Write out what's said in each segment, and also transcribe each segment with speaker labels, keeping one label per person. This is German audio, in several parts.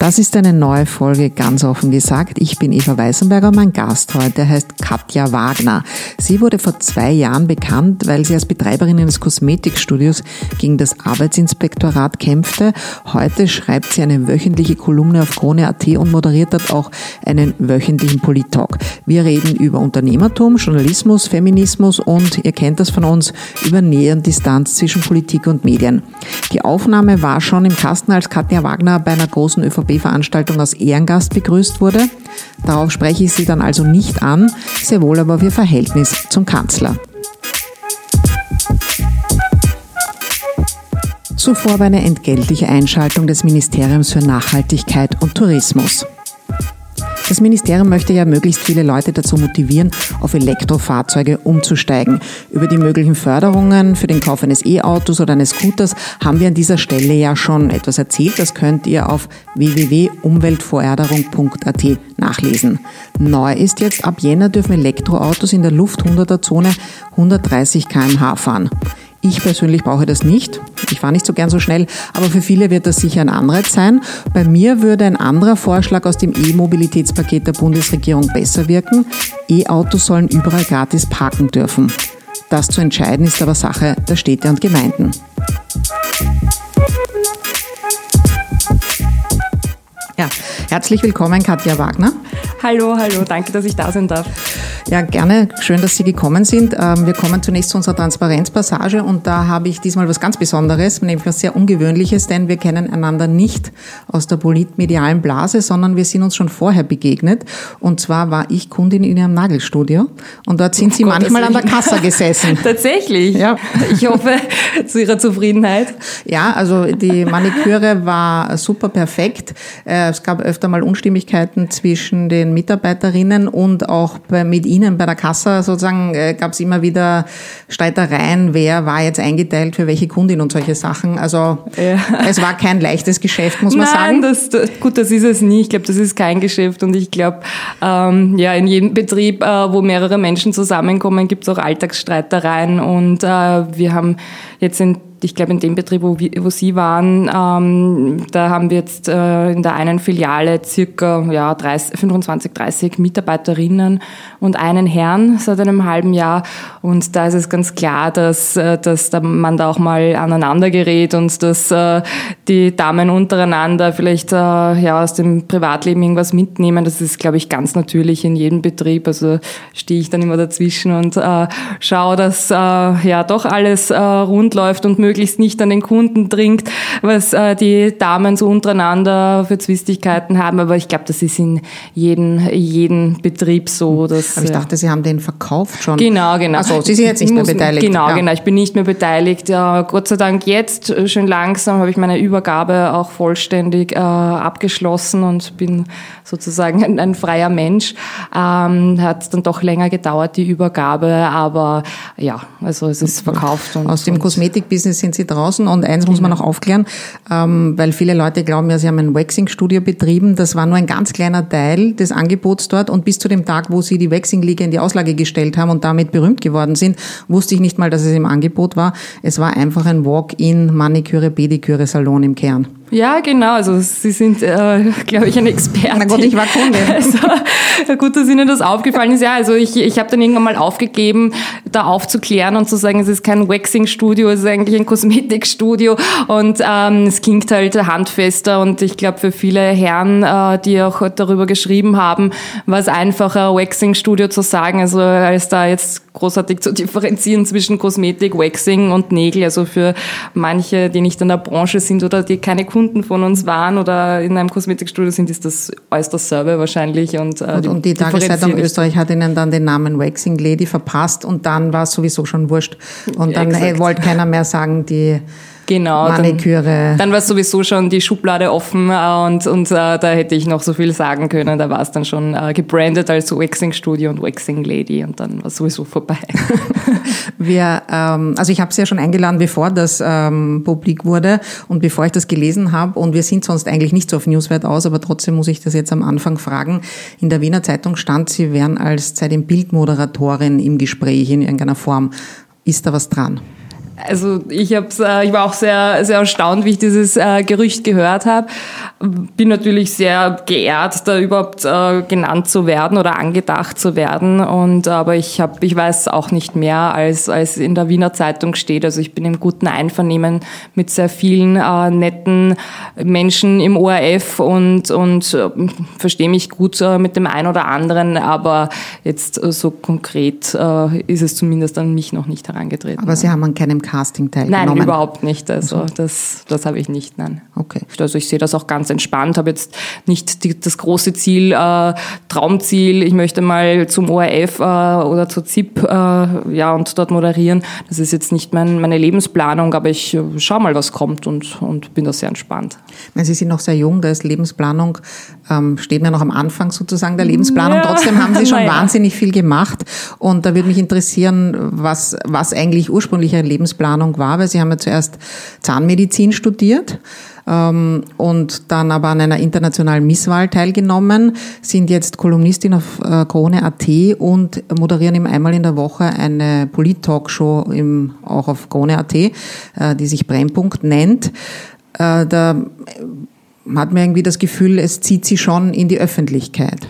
Speaker 1: Das ist eine neue Folge, ganz offen gesagt. Ich bin Eva Weißenberger und mein Gast heute heißt Katja Wagner. Sie wurde vor 2 Jahren bekannt, weil sie als Betreiberin eines Kosmetikstudios gegen das Arbeitsinspektorat kämpfte. Heute schreibt sie eine wöchentliche Kolumne auf Krone.at und moderiert dort auch einen wöchentlichen Polit-Talk. Wir reden über Unternehmertum, Journalismus, Feminismus und, ihr kennt das von uns, über Nähe und Distanz zwischen Politik und Medien. Die Aufnahme war schon im Kasten, als Katja Wagner bei einer großen ÖVP-Veranstaltung als Ehrengast begrüßt wurde. Darauf spreche ich sie dann also nicht an, sehr wohl aber auf ihr Verhältnis zum Kanzler. Zuvor war eine entgeltliche Einschaltung des Ministeriums für Nachhaltigkeit und Tourismus. Das Ministerium möchte ja möglichst viele Leute dazu motivieren, auf Elektrofahrzeuge umzusteigen. Über die möglichen Förderungen für den Kauf eines E-Autos oder eines Scooters haben wir an dieser Stelle ja schon etwas erzählt. Das könnt ihr auf www.umweltvorerderung.at nachlesen. Neu ist jetzt, ab Jänner dürfen Elektroautos in der Luft-100er-Zone 130 km/h fahren. Ich persönlich brauche das nicht. Ich fahre nicht so gern so schnell, aber für viele wird das sicher ein Anreiz sein. Bei mir würde ein anderer Vorschlag aus dem E-Mobilitätspaket der Bundesregierung besser wirken. E-Autos sollen überall gratis parken dürfen. Das zu entscheiden ist aber Sache der Städte und Gemeinden. Ja, herzlich willkommen, Katja Wagner.
Speaker 2: Hallo, danke, dass ich da sein darf.
Speaker 1: Ja, gerne. Schön, dass Sie gekommen sind. Wir kommen zunächst zu unserer Transparenzpassage und da habe ich diesmal was ganz Besonderes, nämlich was sehr Ungewöhnliches, denn wir kennen einander nicht aus der politmedialen Blase, sondern wir sind uns schon vorher begegnet. Und zwar war ich Kundin in Ihrem Nagelstudio und dort sind Sie manchmal an der Kasse gesessen.
Speaker 2: Tatsächlich?
Speaker 1: Ja.
Speaker 2: Ich hoffe, zu Ihrer Zufriedenheit.
Speaker 1: Ja, also die Maniküre war super perfekt. Es gab öfter mal Unstimmigkeiten zwischen den Mitarbeiterinnen und auch mit Ihnen bei der Kasse sozusagen gab es immer wieder Streitereien, wer war jetzt eingeteilt für welche Kundin und solche Sachen. Also Es war kein leichtes Geschäft, muss man sagen.
Speaker 2: Nein, das ist es nie. Ich glaube, das ist kein Geschäft und ich glaube, in jedem Betrieb, wo mehrere Menschen zusammenkommen, gibt es auch Alltagsstreitereien und wir haben jetzt in dem Betrieb, wo Sie waren, da haben wir jetzt in der einen Filiale circa 25, 30 Mitarbeiterinnen und einen Herrn seit einem halben Jahr. Und da ist es ganz klar, dass man da auch mal aneinander gerät und dass die Damen untereinander vielleicht aus dem Privatleben irgendwas mitnehmen. Das ist, glaube ich, ganz natürlich in jedem Betrieb. Also stehe ich dann immer dazwischen und schaue, dass doch alles rund läuft und möglichst nicht an den Kunden dringt, was die Damen so untereinander für Zwistigkeiten haben. Aber ich glaube, das ist in jedem Betrieb so.
Speaker 1: Aber ich dachte, Sie haben den verkauft schon.
Speaker 2: Genau.
Speaker 1: Also Sie sind jetzt nicht mehr beteiligt.
Speaker 2: Genau, ich bin nicht mehr beteiligt. Ja, Gott sei Dank jetzt, schön langsam, habe ich meine Übergabe auch vollständig abgeschlossen und bin sozusagen ein freier Mensch. Hat dann doch länger gedauert, die Übergabe, aber also es ist verkauft.
Speaker 1: Aus dem Kosmetikbusiness sind Sie draußen und eins muss man noch aufklären, weil viele Leute glauben ja, Sie haben ein Waxing-Studio betrieben. Das war nur ein ganz kleiner Teil des Angebots dort und bis zu dem Tag, wo Sie die Waxing-Liege in die Auslage gestellt haben und damit berühmt geworden sind, wusste ich nicht mal, dass es im Angebot war. Es war einfach ein Walk-in Maniküre-Pediküre-Salon im Kern. Ja,
Speaker 2: genau. Also Sie sind, glaube ich, ein Experte.
Speaker 1: Na Gott, ich war Kunde.
Speaker 2: Also, gut, dass Ihnen das aufgefallen ist. Ja, also ich habe dann irgendwann mal aufgegeben, da aufzuklären und zu sagen, es ist kein Waxing-Studio, es ist eigentlich ein Kosmetikstudio und es klingt halt handfester und ich glaube für viele Herren, die auch darüber geschrieben haben, war es einfacher, Waxing-Studio zu sagen, also als da jetzt großartig zu differenzieren zwischen Kosmetik, Waxing und Nägel. Also für manche, die nicht in der Branche sind oder die keine Kunden von uns waren oder in einem Kosmetikstudio sind, ist das alles dasselbe wahrscheinlich. Und
Speaker 1: die Tageszeitung Österreich hat Ihnen dann den Namen Waxing Lady verpasst und dann war es sowieso schon wurscht. Und dann wollte keiner mehr sagen, die Maniküre.
Speaker 2: Dann war sowieso schon die Schublade offen und da hätte ich noch so viel sagen können. Da war es dann schon gebrandet als Waxing Studio und Waxing Lady und dann war es sowieso vorbei.
Speaker 1: Also ich habe Sie ja schon eingeladen, bevor das publik wurde und bevor ich das gelesen habe und wir sind sonst eigentlich nicht so auf Newswert aus, aber trotzdem muss ich das jetzt am Anfang fragen. In der Wiener Zeitung stand, Sie wären als Zeit- im Bild-Moderatorin im Gespräch in irgendeiner Form. Ist da was dran?
Speaker 2: Also ich war auch sehr, sehr erstaunt, wie ich dieses Gerücht gehört habe. Bin natürlich sehr geehrt, da überhaupt genannt zu werden oder angedacht zu werden. Aber ich weiß auch nicht mehr, als in der Wiener Zeitung steht. Also ich bin im guten Einvernehmen mit sehr vielen netten Menschen im ORF und verstehe mich gut mit dem einen oder anderen. Aber jetzt so konkret ist es zumindest an mich noch nicht herangetreten.
Speaker 1: Aber Sie haben an keinem Casting teilgenommen?
Speaker 2: Nein, überhaupt nicht. Also das habe ich nicht, nein.
Speaker 1: Okay.
Speaker 2: Also ich sehe das auch ganz entspannt, habe jetzt nicht das große Ziel, Traumziel, ich möchte mal zum ORF oder zur ZIP und dort moderieren. Das ist jetzt nicht meine Lebensplanung, aber ich schaue mal, was kommt und bin da sehr entspannt.
Speaker 1: Sie sind noch sehr jung, da ist Lebensplanung, steht ja noch am Anfang sozusagen der Lebensplanung. Ja. Trotzdem haben Sie schon wahnsinnig viel gemacht und da würde mich interessieren, was eigentlich ursprünglich Ihre Lebensplanung war, weil Sie haben ja zuerst Zahnmedizin studiert und dann aber an einer internationalen Misswahl teilgenommen, sind jetzt Kolumnistin auf Krone.at und moderieren einmal in der Woche eine Polit-Talkshow auch auf Krone.at, die sich Brennpunkt nennt. Da hat man irgendwie das Gefühl, es zieht Sie schon in die Öffentlichkeit.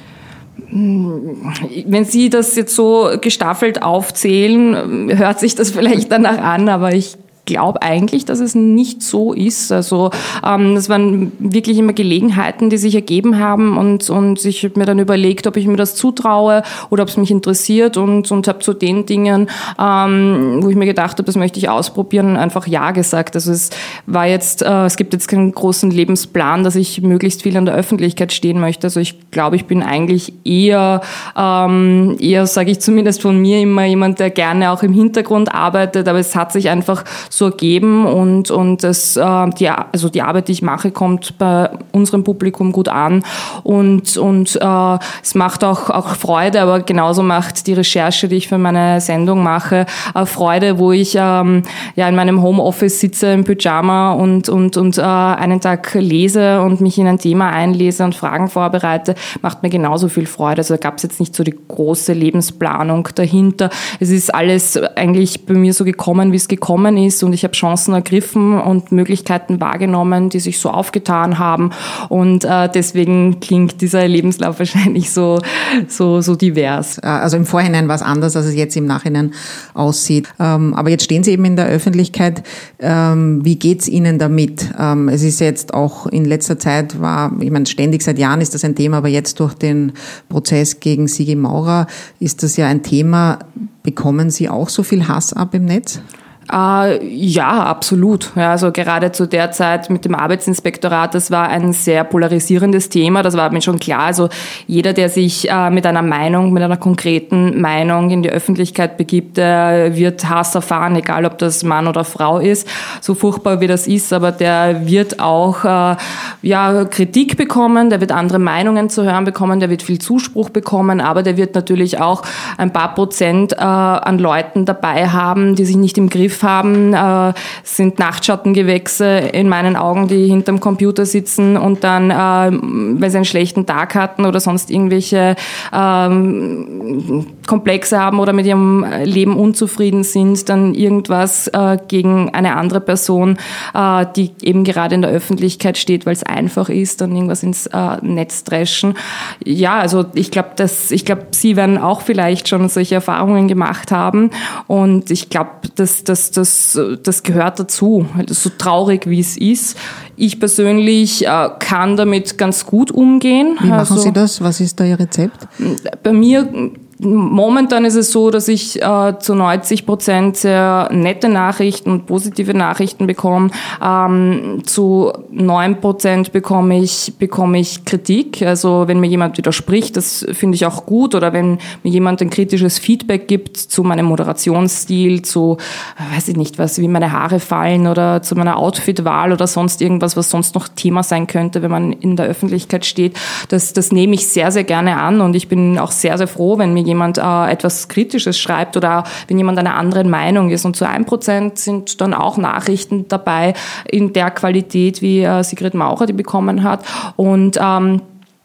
Speaker 2: Wenn Sie das jetzt so gestaffelt aufzählen, hört sich das vielleicht danach an, aber ich glaube eigentlich, dass es nicht so ist. Also das waren wirklich immer Gelegenheiten, die sich ergeben haben und ich habe mir dann überlegt, ob ich mir das zutraue oder ob es mich interessiert und habe zu den Dingen, wo ich mir gedacht habe, das möchte ich ausprobieren, einfach Ja gesagt. Also es gibt jetzt keinen großen Lebensplan, dass ich möglichst viel in der Öffentlichkeit stehen möchte. Also ich glaube, ich bin eigentlich eher sage ich zumindest von mir, immer jemand, der gerne auch im Hintergrund arbeitet, aber es hat sich einfach so ergeben und die Arbeit, die ich mache, kommt bei unserem Publikum gut an und es macht auch Freude, aber genauso macht die Recherche, die ich für meine Sendung mache, Freude, wo ich in meinem Homeoffice sitze im Pyjama und einen Tag lese und mich in ein Thema einlese und Fragen vorbereite, macht mir genauso viel Freude. Also da gab es jetzt nicht so die große Lebensplanung dahinter. Es ist alles eigentlich bei mir so gekommen, wie es gekommen ist und ich habe Chancen ergriffen und Möglichkeiten wahrgenommen, die sich so aufgetan haben und deswegen klingt dieser Lebenslauf wahrscheinlich so divers.
Speaker 1: Also im Vorhinein war es anders, als es jetzt im Nachhinein aussieht. Aber jetzt stehen Sie eben in der Öffentlichkeit. Wie geht's Ihnen damit? Es ist jetzt auch in letzter Zeit ständig seit Jahren ist das ein Thema, aber jetzt durch den Prozess gegen Sigi Maurer ist das ja ein Thema. Bekommen Sie auch so viel Hass ab im Netz?
Speaker 2: Ja, absolut. Ja, also gerade zu der Zeit mit dem Arbeitsinspektorat, das war ein sehr polarisierendes Thema, das war mir schon klar. Also jeder, der sich mit einer konkreten Meinung in die Öffentlichkeit begibt, der wird Hass erfahren, egal ob das Mann oder Frau ist. So furchtbar wie das ist, aber der wird auch Kritik bekommen, der wird andere Meinungen zu hören bekommen, der wird viel Zuspruch bekommen, aber der wird natürlich auch ein paar Prozent an Leuten dabei haben, die sich nicht im Griff haben, sind Nachtschattengewächse in meinen Augen, die hinterm Computer sitzen und dann, weil sie einen schlechten Tag hatten oder sonst irgendwelche Komplexe haben oder mit ihrem Leben unzufrieden sind, dann irgendwas gegen eine andere Person, die eben gerade in der Öffentlichkeit steht, weil es einfach ist, dann irgendwas ins Netz dreschen. Ja, also ich glaube, Sie werden auch vielleicht schon solche Erfahrungen gemacht haben und ich glaube, das gehört dazu. Das ist so traurig, wie es ist. Ich persönlich kann damit ganz gut umgehen.
Speaker 1: Wie machen Sie das? Was ist da Ihr Rezept?
Speaker 2: Bei mir momentan ist es so, dass ich zu 90% sehr nette Nachrichten und positive Nachrichten bekomme. Zu 9% bekomme ich Kritik. Also wenn mir jemand widerspricht, das finde ich auch gut. Oder wenn mir jemand ein kritisches Feedback gibt zu meinem Moderationsstil, zu, weiß ich nicht was, wie meine Haare fallen oder zu meiner Outfitwahl oder sonst irgendwas, was sonst noch Thema sein könnte, wenn man in der Öffentlichkeit steht. Das nehme ich sehr, sehr gerne an und ich bin auch sehr, sehr froh, wenn mir jemand etwas Kritisches schreibt oder wenn jemand einer anderen Meinung ist. Und zu 1% sind dann auch Nachrichten dabei in der Qualität, wie Sigrid Maurer die bekommen hat. Und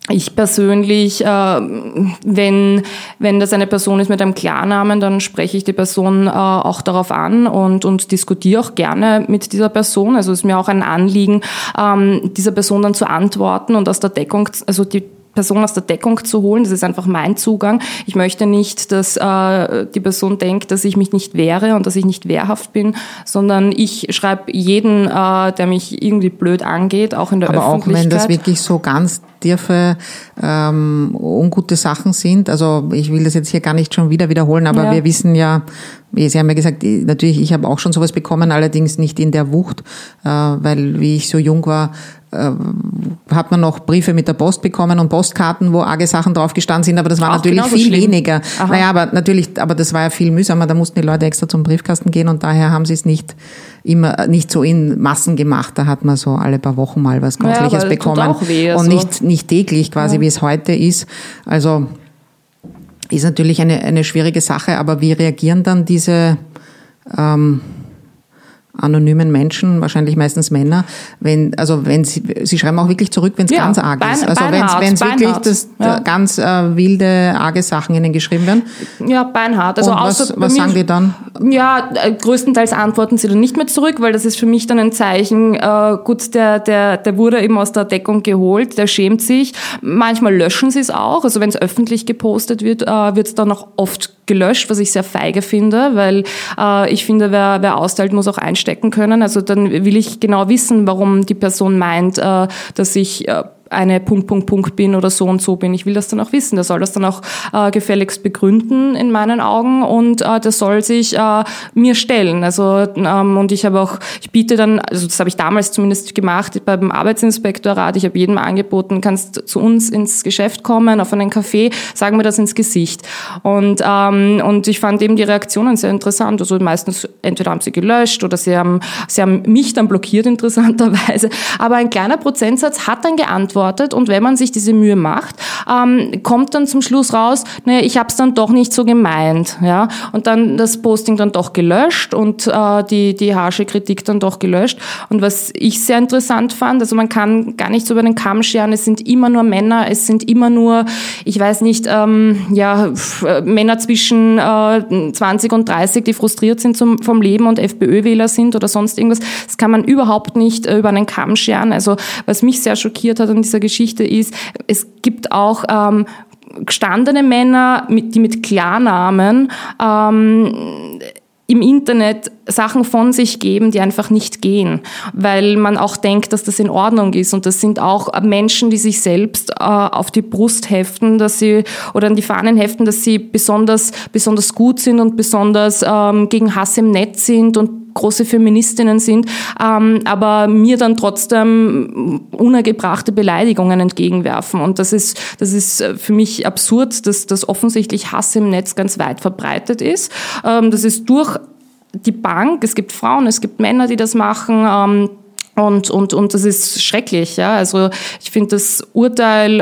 Speaker 2: Ich persönlich, wenn das eine Person ist mit einem Klarnamen, dann spreche ich die Person auch darauf an und diskutiere auch gerne mit dieser Person. Also es ist mir auch ein Anliegen, dieser Person dann zu antworten und aus der Deckung, also die Person aus der Deckung zu holen. Das ist einfach mein Zugang. Ich möchte nicht, dass die Person denkt, dass ich mich nicht wehre und dass ich nicht wehrhaft bin, sondern ich schreibe jeden, der mich irgendwie blöd angeht, auch in der Öffentlichkeit. Aber auch
Speaker 1: wenn das wirklich so ganz tiefe, ungute Sachen sind, also ich will das jetzt hier gar nicht schon wieder wiederholen, aber wir wissen ja, Sie haben ja gesagt, natürlich, ich habe auch schon sowas bekommen, allerdings nicht in der Wucht, weil wie ich so jung war, hat man noch Briefe mit der Post bekommen und Postkarten, wo arge Sachen drauf gestanden sind, aber das war auch natürlich viel weniger. Aha. Naja, aber das war ja viel mühsamer, da mussten die Leute extra zum Briefkasten gehen und daher haben sie es nicht so in Massen gemacht, da hat man so alle paar Wochen mal was Grausliches bekommen. Tut auch weh, und nicht täglich quasi, wie es heute ist. Also ist natürlich eine schwierige Sache, aber wie reagieren dann diese anonymen Menschen, wahrscheinlich meistens Männer, wenn sie schreiben auch wirklich zurück, wenn es ganz arg ist. Also wenn es wirklich ganz wilde, arge Sachen ihnen geschrieben werden.
Speaker 2: Ja, beinhart. Also
Speaker 1: und was sagen die dann?
Speaker 2: Ja, größtenteils antworten sie dann nicht mehr zurück, weil das ist für mich dann ein Zeichen, gut, der wurde eben aus der Deckung geholt, der schämt sich. Manchmal löschen sie es auch. Also wenn es öffentlich gepostet wird, wird es dann auch oft gelöscht, was ich sehr feige finde, weil ich finde, wer austeilt, muss auch einstecken können. Also dann will ich genau wissen, warum die Person meint, dass ich eine ... bin oder so und so bin. Ich will das dann auch wissen. Der soll das dann auch gefälligst begründen in meinen Augen und der soll sich mir stellen. Also und ich biete dann, also das habe ich damals zumindest gemacht beim Arbeitsinspektorat, ich habe jedem angeboten, kannst zu uns ins Geschäft kommen, auf einen Café, sagen wir das ins Gesicht. Und ich fand eben die Reaktionen sehr interessant. Also meistens entweder haben sie gelöscht oder sie haben mich dann blockiert, interessanterweise. Aber ein kleiner Prozentsatz hat dann geantwortet. Und wenn man sich diese Mühe macht, kommt dann zum Schluss raus, naja, ich habe es dann doch nicht so gemeint. Ja? Und dann das Posting dann doch gelöscht und die harsche Kritik dann doch gelöscht. Und was ich sehr interessant fand, also man kann gar nicht so über den Kamm scheren, es sind immer nur Männer, es sind immer nur, ich weiß nicht, Männer zwischen 20 und 30, die frustriert sind vom Leben und FPÖ-Wähler sind oder sonst irgendwas. Das kann man überhaupt nicht über einen Kamm scheren. Also was mich sehr schockiert hat an dieser Geschichte ist, es gibt auch gestandene Männer, die mit Klarnamen im Internet Sachen von sich geben, die einfach nicht gehen, weil man auch denkt, dass das in Ordnung ist. Und das sind auch Menschen, die sich selbst auf die Brust heften, oder an die Fahnen heften, dass sie besonders gut sind und besonders gegen Hass im Netz sind und große Feministinnen sind, aber mir dann trotzdem unergebrachte Beleidigungen entgegenwerfen. Und das ist für mich absurd, dass offensichtlich Hass im Netz ganz weit verbreitet ist. Das ist durch die Bank. Es gibt Frauen, es gibt Männer, die das machen. Und das ist schrecklich, ja. Also ich finde das Urteil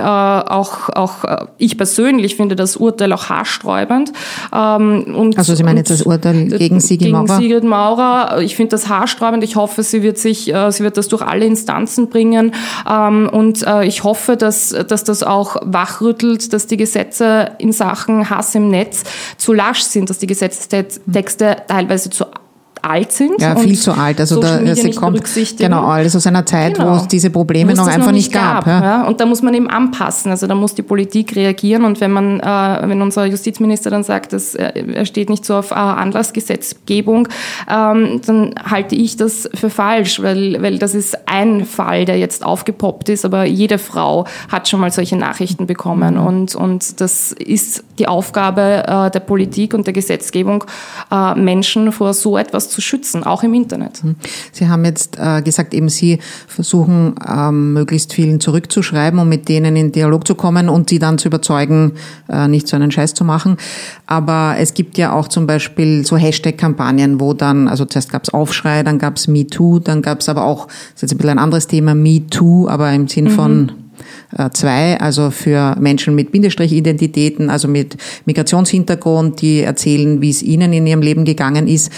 Speaker 2: ich persönlich finde das Urteil auch haarsträubend.
Speaker 1: Also Sie meinen jetzt das Urteil gegen Sigrid Maurer? Gegen
Speaker 2: Sigrid Maurer. Ich finde das haarsträubend. Ich hoffe, sie wird das durch alle Instanzen bringen. Und ich hoffe, dass das auch wachrüttelt, dass die Gesetze in Sachen Hass im Netz zu lasch sind, dass die Gesetzestexte teilweise zu alt sind.
Speaker 1: Ja, viel zu alt. Also sie kommt genau alles aus einer Zeit, wo es diese Probleme noch einfach nicht gab.
Speaker 2: Ja. Und da muss man eben anpassen. Also da muss die Politik reagieren. Und wenn unser Justizminister dann sagt, dass er steht nicht so auf Anlassgesetzgebung, dann halte ich das für falsch, weil das ist ein Fall, der jetzt aufgepoppt ist. Aber jede Frau hat schon mal solche Nachrichten bekommen. Und das ist die Aufgabe der Politik und der Gesetzgebung, Menschen vor so etwas zu schützen, auch im Internet.
Speaker 1: Sie haben jetzt gesagt, eben Sie versuchen, möglichst vielen zurückzuschreiben, um mit denen in Dialog zu kommen und sie dann zu überzeugen, nicht so einen Scheiß zu machen. Aber es gibt ja auch zum Beispiel so Hashtag-Kampagnen, wo dann, also zuerst gab es Aufschrei, dann gab es MeToo, dann gab es aber auch, das ist jetzt ein bisschen ein anderes Thema, MeToo, aber im Sinn von 2, also für Menschen mit Bindestrich-Identitäten, also mit Migrationshintergrund, die erzählen, wie es ihnen in ihrem Leben gegangen ist.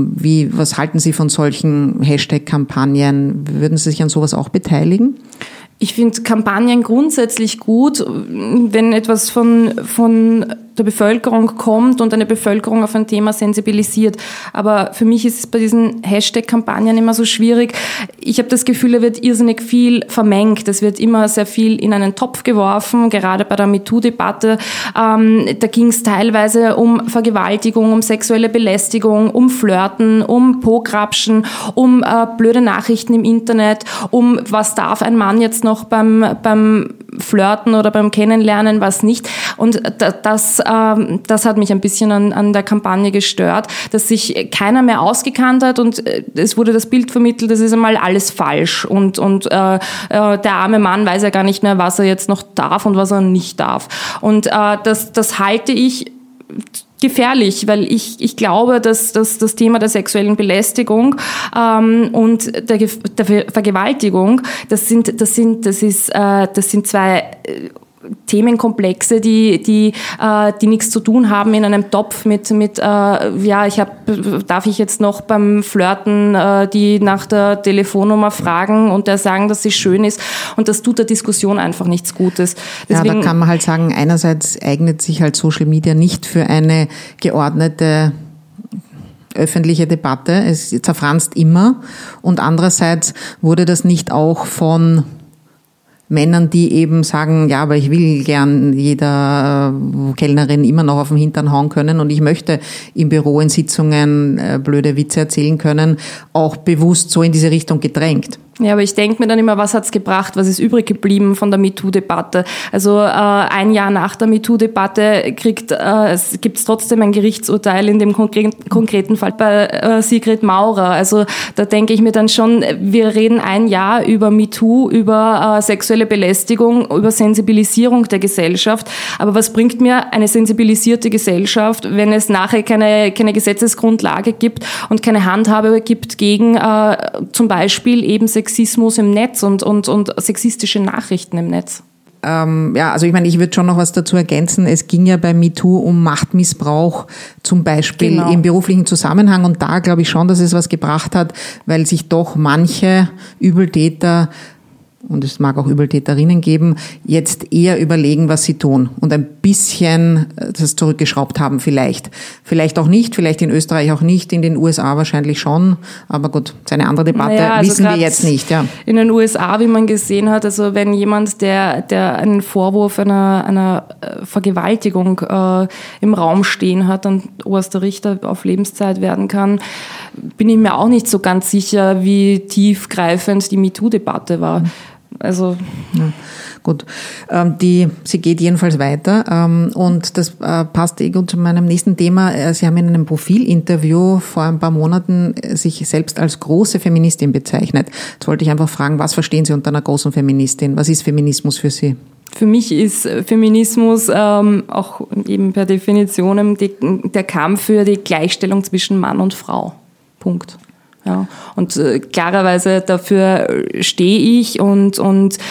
Speaker 1: Was halten Sie von solchen Hashtag-Kampagnen? Würden Sie sich an sowas auch beteiligen?
Speaker 2: Ich finde Kampagnen grundsätzlich gut, wenn etwas von der Bevölkerung kommt und eine Bevölkerung auf ein Thema sensibilisiert. Aber für mich ist es bei diesen Hashtag-Kampagnen immer so schwierig. Ich habe das Gefühl, da wird irrsinnig viel vermengt. Es wird immer sehr viel in einen Topf geworfen, gerade bei der MeToo-Debatte. Da ging es teilweise um Vergewaltigung, um sexuelle Belästigung, um Flirten, um Po-Krapschen, um blöde Nachrichten im Internet, um was darf ein Mann jetzt noch beim Flirten oder beim Kennenlernen, was nicht. Und das hat mich ein bisschen an der Kampagne gestört, dass sich keiner mehr ausgekannt hat und es wurde das Bild vermittelt, das ist einmal alles falsch und der arme Mann weiß ja gar nicht mehr, was er jetzt noch darf und was er nicht darf. Und das halte ich gefährlich, weil ich glaube, dass das Thema der sexuellen Belästigung und der Vergewaltigung, das sind zwei Themenkomplexe, die nichts zu tun haben in einem Topf darf ich jetzt noch beim Flirten die nach der Telefonnummer fragen und der sagen, dass sie schön ist, und das tut der Diskussion einfach nichts Gutes. Deswegen,
Speaker 1: ja, da kann man halt sagen, einerseits eignet sich halt Social Media nicht für eine geordnete öffentliche Debatte, es zerfranst immer, und andererseits wurde das nicht auch von Männern, die eben sagen, ja, aber ich will gern jeder Kellnerin immer noch auf den Hintern hauen können und ich möchte im Büro in Sitzungen blöde Witze erzählen können, auch bewusst so in diese Richtung gedrängt.
Speaker 2: Ja, aber ich denke mir dann immer, was hat's gebracht, was ist übrig geblieben von der MeToo-Debatte? Also ein Jahr nach der MeToo-Debatte gibt's trotzdem ein Gerichtsurteil in dem konkreten Fall bei Sigrid Maurer. Also da denke ich mir dann schon, wir reden ein Jahr über MeToo, über sexuelle Belästigung, über Sensibilisierung der Gesellschaft. Aber was bringt mir eine sensibilisierte Gesellschaft, wenn es nachher keine Gesetzesgrundlage gibt und keine Handhabe gibt gegen zum Beispiel eben Sexismus im Netz und sexistische Nachrichten im Netz?
Speaker 1: Also ich meine, ich würde schon noch was dazu ergänzen. Es ging ja bei MeToo um Machtmissbrauch, zum Beispiel im beruflichen Zusammenhang. Und da glaube ich schon, dass es was gebracht hat, weil sich doch manche Übeltäter, und es mag auch Übeltäterinnen geben, jetzt eher überlegen, was sie tun und ein bisschen das zurückgeschraubt haben vielleicht. Vielleicht auch nicht, vielleicht in Österreich auch nicht, in den USA wahrscheinlich schon, aber gut, das ist eine andere Debatte, also wissen wir jetzt nicht. Ja.
Speaker 2: In den USA, wie man gesehen hat, also wenn jemand, der einen Vorwurf einer Vergewaltigung im Raum stehen hat, dann oberster Richter auf Lebenszeit werden kann, bin ich mir auch nicht so ganz sicher, wie tiefgreifend die MeToo-Debatte war. Also
Speaker 1: ja, gut. Sie geht jedenfalls weiter und das passt gut zu meinem nächsten Thema. Sie haben in einem Profilinterview vor ein paar Monaten sich selbst als große Feministin bezeichnet. Jetzt wollte ich einfach fragen, was verstehen Sie unter einer großen Feministin? Was ist Feminismus für Sie?
Speaker 2: Für mich ist Feminismus auch eben per Definition der Kampf für die Gleichstellung zwischen Mann und Frau. Punkt. Ja, und klarerweise dafür stehe ich und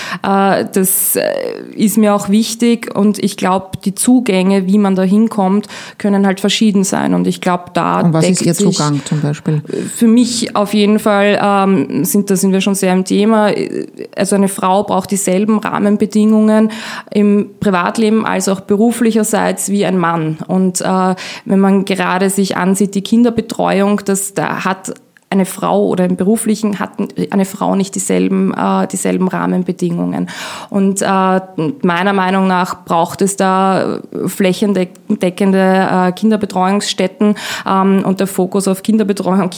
Speaker 2: das ist mir auch wichtig, und ich glaube, die Zugänge, wie man da hinkommt, können halt verschieden sein, und ich glaube,
Speaker 1: und was ist Ihr Zugang zum Beispiel?
Speaker 2: Für mich auf jeden Fall da sind wir schon sehr im Thema. Also eine Frau braucht dieselben Rahmenbedingungen im Privatleben als auch beruflicherseits wie ein Mann, und wenn man gerade sich ansieht, die Kinderbetreuung, da hat eine Frau oder im Beruflichen hat eine Frau nicht dieselben Rahmenbedingungen. Und meiner Meinung nach braucht es da flächendeckende Kinderbetreuungsstätten und der Fokus auf Kinderbetreuung,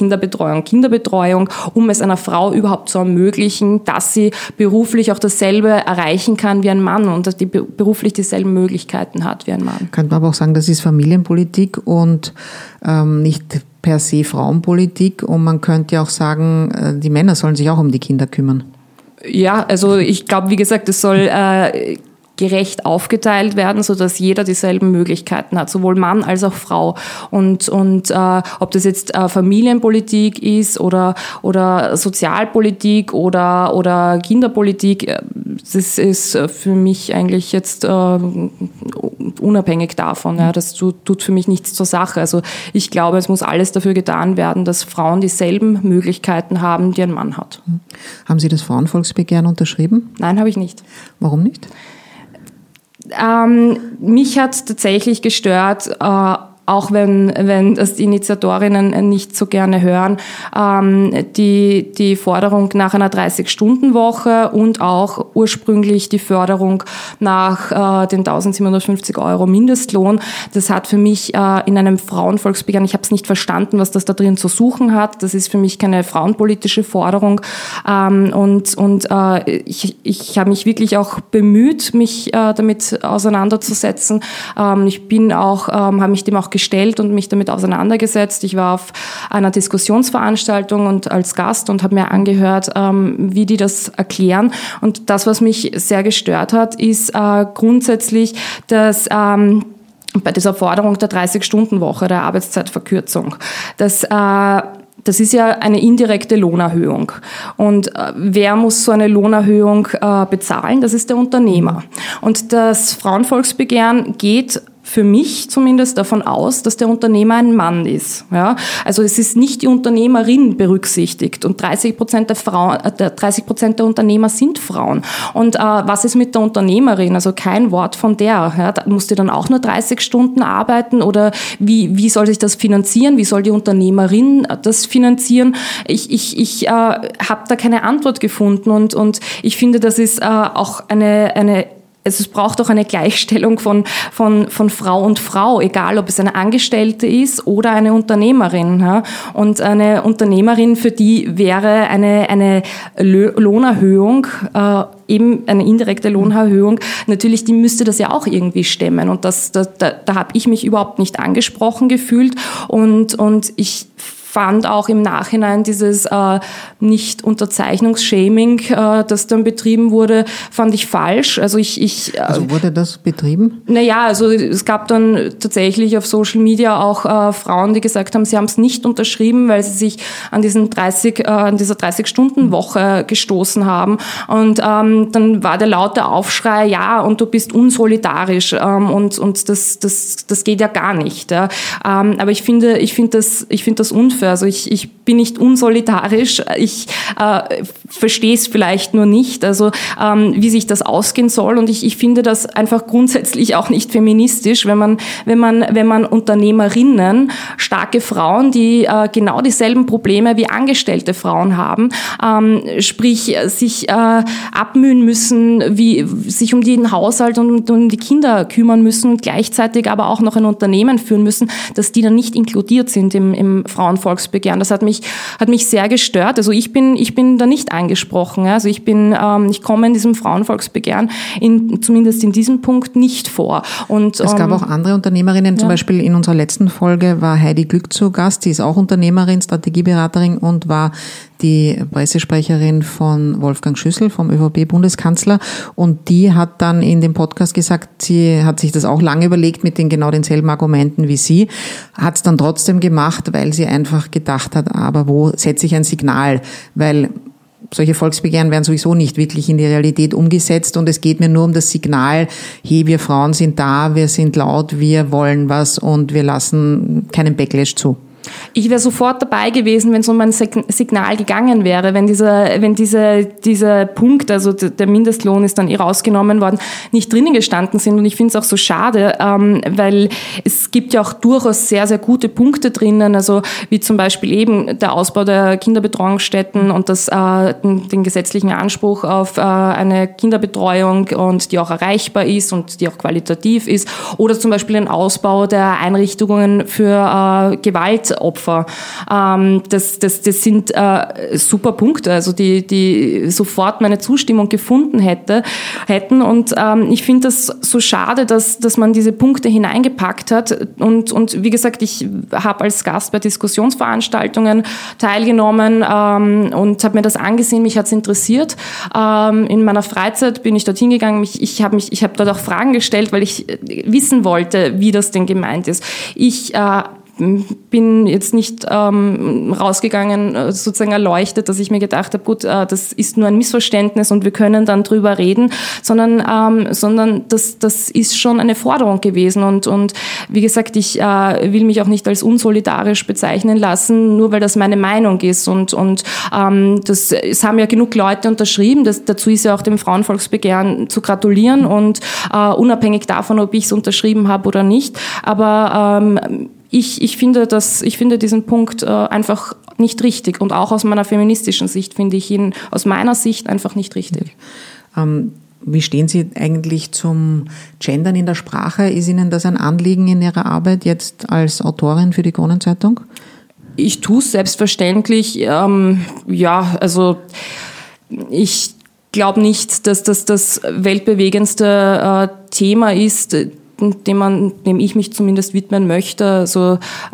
Speaker 2: um es einer Frau überhaupt zu ermöglichen, dass sie beruflich auch dasselbe erreichen kann wie ein Mann und dass die beruflich dieselben Möglichkeiten hat wie ein Mann.
Speaker 1: Könnte man aber auch sagen, das ist Familienpolitik und nicht per se Frauenpolitik, und man könnte ja auch sagen, die Männer sollen sich auch um die Kinder kümmern.
Speaker 2: Ja, also ich glaube, wie gesagt, es soll gerecht aufgeteilt werden, sodass jeder dieselben Möglichkeiten hat, sowohl Mann als auch Frau. Und ob das jetzt Familienpolitik ist oder Sozialpolitik oder Kinderpolitik, das ist für mich eigentlich jetzt unabhängig davon. Ja, das tut für mich nichts zur Sache. Also ich glaube, es muss alles dafür getan werden, dass Frauen dieselben Möglichkeiten haben, die ein Mann hat.
Speaker 1: Haben Sie das Frauenvolksbegehren unterschrieben?
Speaker 2: Nein, habe ich nicht.
Speaker 1: Warum nicht?
Speaker 2: Mich hat tatsächlich gestört, auch wenn das die Initiatorinnen nicht so gerne hören, die Forderung nach einer 30-Stunden-Woche und auch ursprünglich die Förderung nach den 1.750 € Mindestlohn. Das hat für mich in einem Frauenvolksbegehren, ich habe es nicht verstanden, was das da drin zu suchen hat. Das ist für mich keine frauenpolitische Forderung. Ich habe mich wirklich auch bemüht, mich damit auseinanderzusetzen. Ich bin auch, habe mich dem auch gestellt und mich damit auseinandergesetzt. Ich war auf einer Diskussionsveranstaltung und als Gast und habe mir angehört, wie die das erklären. Und das, was mich sehr gestört hat, ist grundsätzlich, dass bei dieser Forderung der 30-Stunden-Woche, der Arbeitszeitverkürzung, das ist ja eine indirekte Lohnerhöhung. Und wer muss so eine Lohnerhöhung bezahlen? Das ist der Unternehmer. Und das Frauenvolksbegehren geht für mich zumindest davon aus, dass der Unternehmer ein Mann ist. Ja? Also es ist nicht die Unternehmerin berücksichtigt und 30% der Unternehmer sind Frauen. Und was ist mit der Unternehmerin? Also kein Wort von der. Ja? Da muss die dann auch nur 30 Stunden arbeiten oder wie soll sich das finanzieren? Wie soll die Unternehmerin das finanzieren? Ich habe da keine Antwort gefunden und ich finde, das ist auch es braucht auch eine Gleichstellung von Frau und Frau, egal ob es eine Angestellte ist oder eine Unternehmerin. Ja? Und eine Unternehmerin, für die wäre eine Lohnerhöhung, eben eine indirekte Lohnerhöhung, natürlich, die müsste das ja auch irgendwie stemmen. Und da habe ich mich überhaupt nicht angesprochen gefühlt. Und ich fand auch im Nachhinein dieses Nicht-Unterzeichnungs-Shaming, das dann betrieben wurde, fand ich falsch. Also
Speaker 1: also wurde das betrieben?
Speaker 2: Naja, also es gab dann tatsächlich auf Social Media auch Frauen, die gesagt haben, sie haben es nicht unterschrieben, weil sie sich an dieser 30-Stunden-Woche gestoßen haben. Und dann war der laute Aufschrei, ja, und du bist unsolidarisch und das geht ja gar nicht. Ja. Aber ich finde das unfair. Also ich bin nicht unsolidarisch, ich verstehe es vielleicht nur nicht, also wie sich das ausgehen soll, und ich finde das einfach grundsätzlich auch nicht feministisch, wenn man Unternehmerinnen, starke Frauen, die genau dieselben Probleme wie angestellte Frauen haben, sprich sich abmühen müssen, wie sich um den Haushalt und um die Kinder kümmern müssen und gleichzeitig aber auch noch ein Unternehmen führen müssen, dass die dann nicht inkludiert sind im Frauenvolksbegehren. Das hat mich sehr gestört. Also ich bin da nicht angesprochen. Also ich komme in diesem Frauenvolksbegehren zumindest in diesem Punkt nicht vor. Und
Speaker 1: es gab auch andere Unternehmerinnen. Zum Beispiel in unserer letzten Folge war Heidi Glück zu Gast. Die ist auch Unternehmerin, Strategieberaterin und war die Pressesprecherin von Wolfgang Schüssel, vom ÖVP-Bundeskanzler. Und die hat dann in dem Podcast gesagt, sie hat sich das auch lange überlegt mit genau denselben Argumenten wie Sie, hat es dann trotzdem gemacht, weil sie einfach gedacht hat, aber wo setze ich ein Signal? Weil solche Volksbegehren werden sowieso nicht wirklich in die Realität umgesetzt und es geht mir nur um das Signal, hey, wir Frauen sind da, wir sind laut, wir wollen was und wir lassen keinen Backlash zu.
Speaker 2: Ich wäre sofort dabei gewesen, wenn es um ein Signal gegangen wäre, wenn dieser Punkt, also der Mindestlohn ist dann rausgenommen worden, nicht drinnen gestanden sind. Und ich finde es auch so schade, weil es gibt ja auch durchaus sehr, sehr gute Punkte drinnen, also wie zum Beispiel eben der Ausbau der Kinderbetreuungsstätten und den gesetzlichen Anspruch auf eine Kinderbetreuung und die auch erreichbar ist und die auch qualitativ ist, oder zum Beispiel den Ausbau der Einrichtungen für Gewaltopfer. Das sind super Punkte, also die sofort meine Zustimmung gefunden hätten. Und ich finde das so schade, dass man diese Punkte hineingepackt hat. Und wie gesagt, ich habe als Gast bei Diskussionsveranstaltungen teilgenommen und habe mir das angesehen. Mich hat es interessiert. In meiner Freizeit bin ich dorthin gegangen. Ich habe dort auch Fragen gestellt, weil ich wissen wollte, wie das denn gemeint ist. Ich bin jetzt nicht rausgegangen, sozusagen erleuchtet, dass ich mir gedacht habe, gut, das ist nur ein Missverständnis und wir können dann drüber reden, sondern das ist schon eine Forderung gewesen. Und wie gesagt, ich will mich auch nicht als unsolidarisch bezeichnen lassen, nur weil das meine Meinung ist. Und es haben ja genug Leute unterschrieben. Dazu ist ja auch dem Frauenvolksbegehren zu gratulieren und unabhängig davon, ob ich es unterschrieben habe oder nicht. Aber ich finde diesen Punkt einfach nicht richtig. Und auch aus meiner feministischen Sicht finde ich ihn aus meiner Sicht einfach nicht richtig.
Speaker 1: Wie stehen Sie eigentlich zum Gendern in der Sprache? Ist Ihnen das ein Anliegen in Ihrer Arbeit jetzt als Autorin für die Kronenzeitung?
Speaker 2: Ich tue es selbstverständlich. Also ich glaube nicht, dass das weltbewegendste Thema ist, dem ich mich zumindest widmen möchte. Also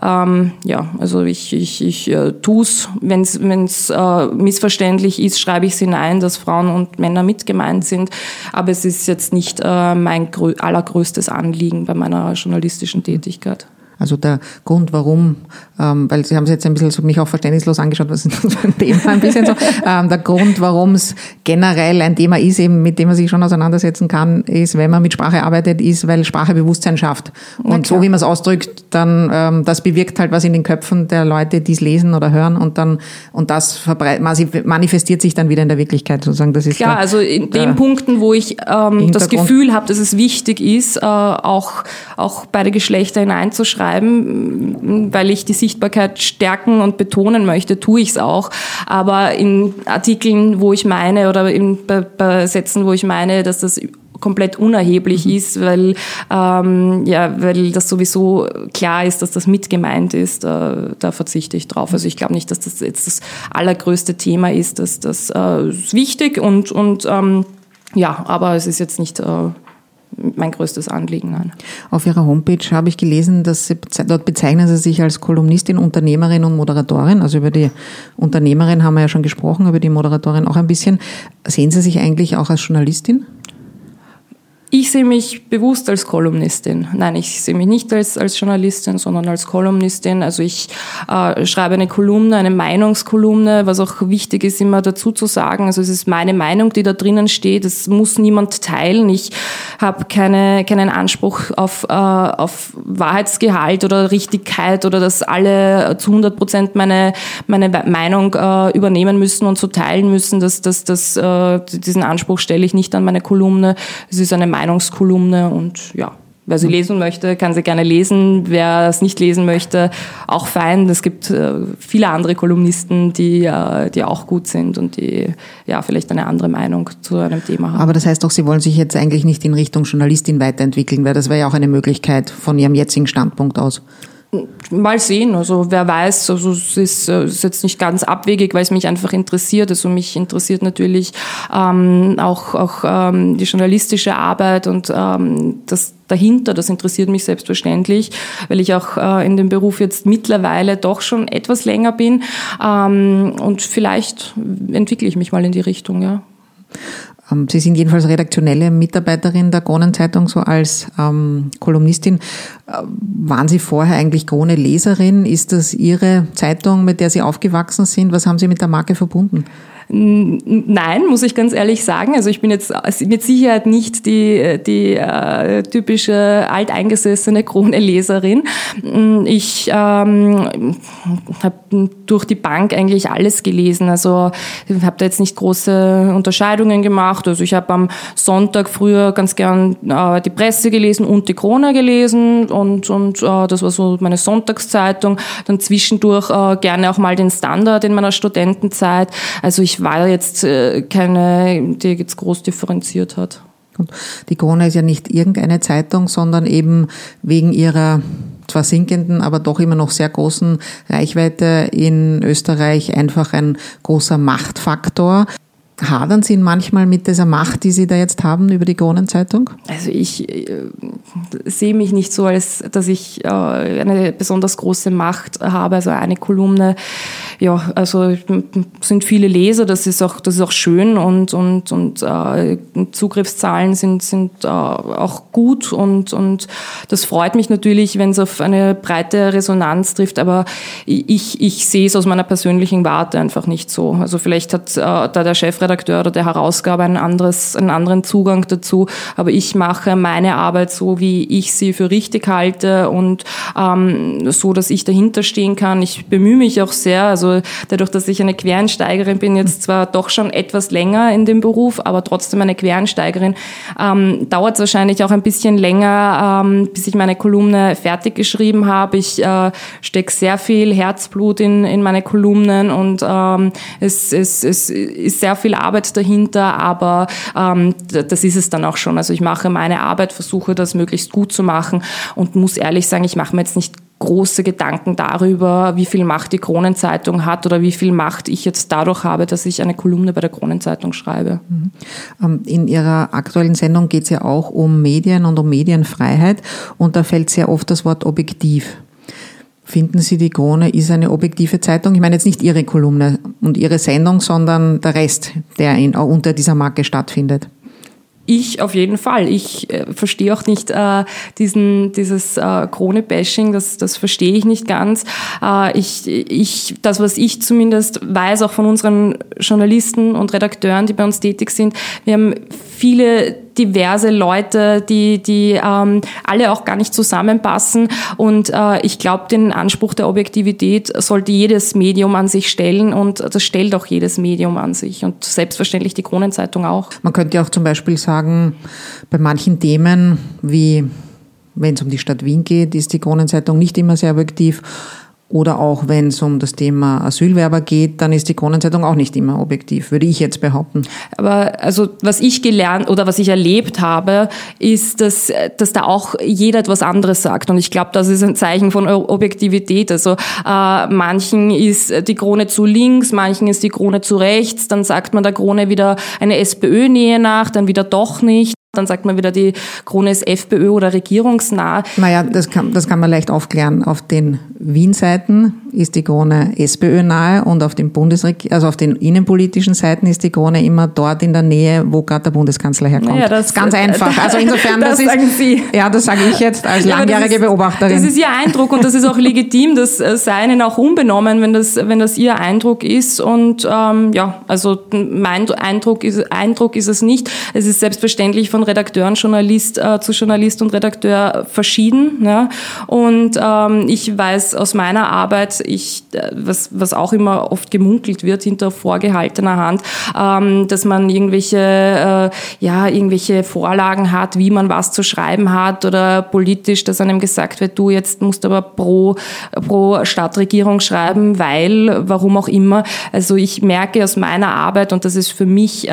Speaker 2: ich tue es, wenn es missverständlich ist, schreibe ich es hinein, dass Frauen und Männer mit gemeint sind. Aber es ist jetzt nicht mein allergrößtes Anliegen bei meiner journalistischen Tätigkeit.
Speaker 1: Also der Grund, warum, weil Sie haben es jetzt ein bisschen so mich auch verständnislos angeschaut, was ist das für ein Thema, ein bisschen so, der Grund, warum es generell ein Thema ist, eben mit dem man sich schon auseinandersetzen kann, ist, wenn man mit Sprache arbeitet, ist, weil Sprache Bewusstsein schafft. Und so wie man es ausdrückt, dann das bewirkt halt was in den Köpfen der Leute, die es lesen oder hören und das manifestiert sich dann wieder in der Wirklichkeit sozusagen. Das ist
Speaker 2: klar, also in den Punkten, wo ich das Gefühl habe, dass es wichtig ist, auch beide Geschlechter hineinzuschreiben, weil ich die Sichtbarkeit stärken und betonen möchte, tue ich es auch. Aber in Artikeln, wo ich meine, oder bei Sätzen, wo ich meine, dass das komplett unerheblich ist, weil das sowieso klar ist, dass das mit gemeint ist, da verzichte ich drauf. Also ich glaube nicht, dass das jetzt das allergrößte Thema ist. Das ist wichtig aber es ist jetzt nicht mein größtes Anliegen. Nein.
Speaker 1: Auf Ihrer Homepage habe ich gelesen, dass dort bezeichnen Sie sich als Kolumnistin, Unternehmerin und Moderatorin. Also über die Unternehmerin haben wir ja schon gesprochen, über die Moderatorin auch ein bisschen. Sehen Sie sich eigentlich auch als Journalistin?
Speaker 2: Ich sehe mich bewusst als Kolumnistin. Nein, ich sehe mich nicht als Journalistin, sondern als Kolumnistin. Also ich schreibe eine Kolumne, eine Meinungskolumne, was auch wichtig ist, immer dazu zu sagen. Also es ist meine Meinung, die da drinnen steht. Es muss niemand teilen. Ich habe keinen Anspruch auf Wahrheitsgehalt oder Richtigkeit oder dass alle zu 100% meine Meinung übernehmen müssen und so teilen müssen. Diesen Anspruch stelle ich nicht an meine Kolumne. Es ist eine Meinungskolumne und ja, wer sie lesen möchte, kann sie gerne lesen. Wer es nicht lesen möchte, auch fein. Es gibt viele andere Kolumnisten, die auch gut sind und die vielleicht eine andere Meinung zu einem Thema haben.
Speaker 1: Aber das heißt doch, Sie wollen sich jetzt eigentlich nicht in Richtung Journalistin weiterentwickeln, weil das wäre ja auch eine Möglichkeit von Ihrem jetzigen Standpunkt aus.
Speaker 2: Mal sehen, also wer weiß, also es ist jetzt nicht ganz abwegig, weil es mich einfach interessiert. Also mich interessiert natürlich auch die journalistische Arbeit und das dahinter, das interessiert mich selbstverständlich, weil ich auch in dem Beruf jetzt mittlerweile doch schon etwas länger bin und vielleicht entwickle ich mich mal in die Richtung, ja.
Speaker 1: Sie sind jedenfalls redaktionelle Mitarbeiterin der Kronenzeitung, so als Kolumnistin. Waren Sie vorher eigentlich Krone-Leserin? Ist das Ihre Zeitung, mit der Sie aufgewachsen sind? Was haben Sie mit der Marke verbunden?
Speaker 2: Nein, muss ich ganz ehrlich sagen. Also ich bin jetzt mit Sicherheit nicht die typische alteingesessene Krone-Leserin. Ich habe durch die Bank eigentlich alles gelesen. Also ich habe da jetzt nicht große Unterscheidungen gemacht. Also ich habe am Sonntag früher ganz gern die Presse gelesen und die Krone gelesen und das war so meine Sonntagszeitung. Dann zwischendurch gerne auch mal den Standard in meiner Studentenzeit. Also ich war jetzt keine, die jetzt groß differenziert hat.
Speaker 1: Die Krone ist ja nicht irgendeine Zeitung, sondern eben wegen ihrer zwar sinkenden, aber doch immer noch sehr großen Reichweite in Österreich einfach ein großer Machtfaktor. Hadern Sie manchmal mit dieser Macht, die Sie da jetzt haben über die Kronenzeitung?
Speaker 2: Also ich sehe mich nicht so, als dass ich eine besonders große Macht habe. Also eine Kolumne ja, also sind viele Leser, das ist auch schön und Zugriffszahlen sind auch gut und das freut mich natürlich, wenn es auf eine breite Resonanz trifft, aber ich sehe es aus meiner persönlichen Warte einfach nicht so. Also vielleicht hat da der Chefredakteur oder der Herausgeber einen anderen Zugang dazu, aber ich mache meine Arbeit so, wie ich sie für richtig halte und so, dass ich dahinter stehen kann. Ich bemühe mich auch sehr, also dadurch, dass ich eine Quereinsteigerin bin, jetzt zwar doch schon etwas länger in dem Beruf, aber trotzdem eine Quereinsteigerin, dauert es wahrscheinlich auch ein bisschen länger, bis ich meine Kolumne fertig geschrieben habe. Ich stecke sehr viel Herzblut in meine Kolumnen und es ist sehr viel Arbeit dahinter, aber das ist es dann auch schon. Also ich mache meine Arbeit, versuche das möglichst gut zu machen und muss ehrlich sagen, ich mache mir jetzt nicht große Gedanken darüber, wie viel Macht die Kronenzeitung hat oder wie viel Macht ich jetzt dadurch habe, dass ich eine Kolumne bei der Kronenzeitung schreibe.
Speaker 1: In Ihrer aktuellen Sendung geht es ja auch um Medien und um Medienfreiheit und da fällt sehr oft das Wort objektiv. Finden Sie, die Krone ist eine objektive Zeitung? Ich meine jetzt nicht Ihre Kolumne und Ihre Sendung, sondern der Rest, der unter dieser Marke stattfindet.
Speaker 2: Ich auf jeden Fall. Ich verstehe auch nicht dieses Krone-Bashing, das verstehe ich nicht ganz. Das, was ich zumindest weiß, auch von unseren Journalisten und Redakteuren, die bei uns tätig sind, wir haben viele diverse Leute, die alle auch gar nicht zusammenpassen und ich glaube, den Anspruch der Objektivität sollte jedes Medium an sich stellen und das stellt auch jedes Medium an sich und selbstverständlich die Kronenzeitung auch.
Speaker 1: Man könnte ja auch zum Beispiel sagen, bei manchen Themen, wie wenn es um die Stadt Wien geht, ist die Kronenzeitung nicht immer sehr objektiv. Oder auch wenn es um das Thema Asylwerber geht, dann ist die Kronenzeitung auch nicht immer objektiv, würde ich jetzt behaupten.
Speaker 2: Aber also was ich gelernt oder was ich erlebt habe, ist, dass da auch jeder etwas anderes sagt. Und ich glaube, das ist ein Zeichen von Objektivität. Also manchen ist die Krone zu links, manchen ist die Krone zu rechts. Dann sagt man der Krone wieder eine SPÖ-Nähe nach, dann wieder doch nicht. Dann sagt man wieder, die Krone ist FPÖ oder regierungsnah.
Speaker 1: Naja, das kann man leicht aufklären. Auf den Wien-Seiten ist die Krone SPÖ-nahe und auf den also auf den innenpolitischen Seiten ist die Krone immer dort in der Nähe, wo gerade der Bundeskanzler herkommt. Naja, das ist ganz einfach. Also insofern,
Speaker 2: das sagen Sie.
Speaker 1: Ja, das sage ich jetzt als langjährige Beobachterin.
Speaker 2: Das ist Ihr Eindruck und das ist auch legitim, das sei Ihnen auch unbenommen, wenn das Ihr Eindruck ist. Und also mein Eindruck ist es nicht. Es ist selbstverständlich von Redakteuren, Journalist zu Journalist und Redakteur verschieden. Ja. Und ich weiß aus meiner Arbeit, was auch immer oft gemunkelt wird hinter vorgehaltener Hand, dass man irgendwelche Vorlagen hat, wie man was zu schreiben hat oder politisch, dass einem gesagt wird, du jetzt musst aber pro Stadtregierung schreiben, weil, warum auch immer. Also ich merke aus meiner Arbeit, und das ist für mich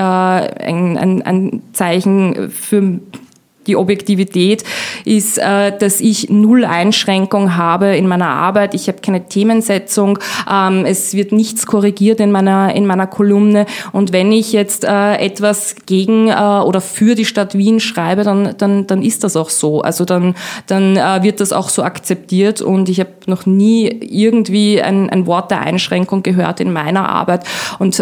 Speaker 2: ein Zeichen für die Objektivität ist, dass ich null Einschränkung habe in meiner Arbeit. Ich habe keine Themensetzung. Es wird nichts korrigiert in meiner Kolumne. Und wenn ich jetzt etwas gegen oder für die Stadt Wien schreibe, dann ist das auch so. Also dann wird das auch so akzeptiert. Und ich habe noch nie irgendwie ein Wort der Einschränkung gehört in meiner Arbeit. Und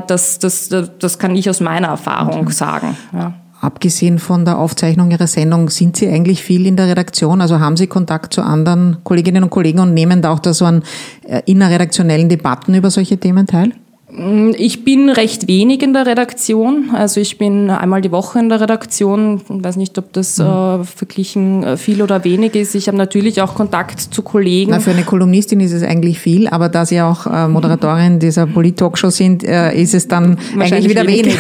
Speaker 2: das kann ich aus meiner Erfahrung sagen. Ja.
Speaker 1: Abgesehen von der Aufzeichnung Ihrer Sendung, sind Sie eigentlich viel in der Redaktion? Also haben Sie Kontakt zu anderen Kolleginnen und Kollegen und nehmen da auch da so an innerredaktionellen Debatten über solche Themen teil?
Speaker 2: Ich bin recht wenig in der Redaktion. Also ich bin einmal die Woche in der Redaktion. Ich weiß nicht, ob das verglichen viel oder wenig ist. Ich habe natürlich auch Kontakt zu Kollegen.
Speaker 1: Na, für eine Kolumnistin ist es eigentlich viel, aber da Sie auch Moderatorin dieser Polit-Talkshow sind, ist es dann eigentlich wieder wenig.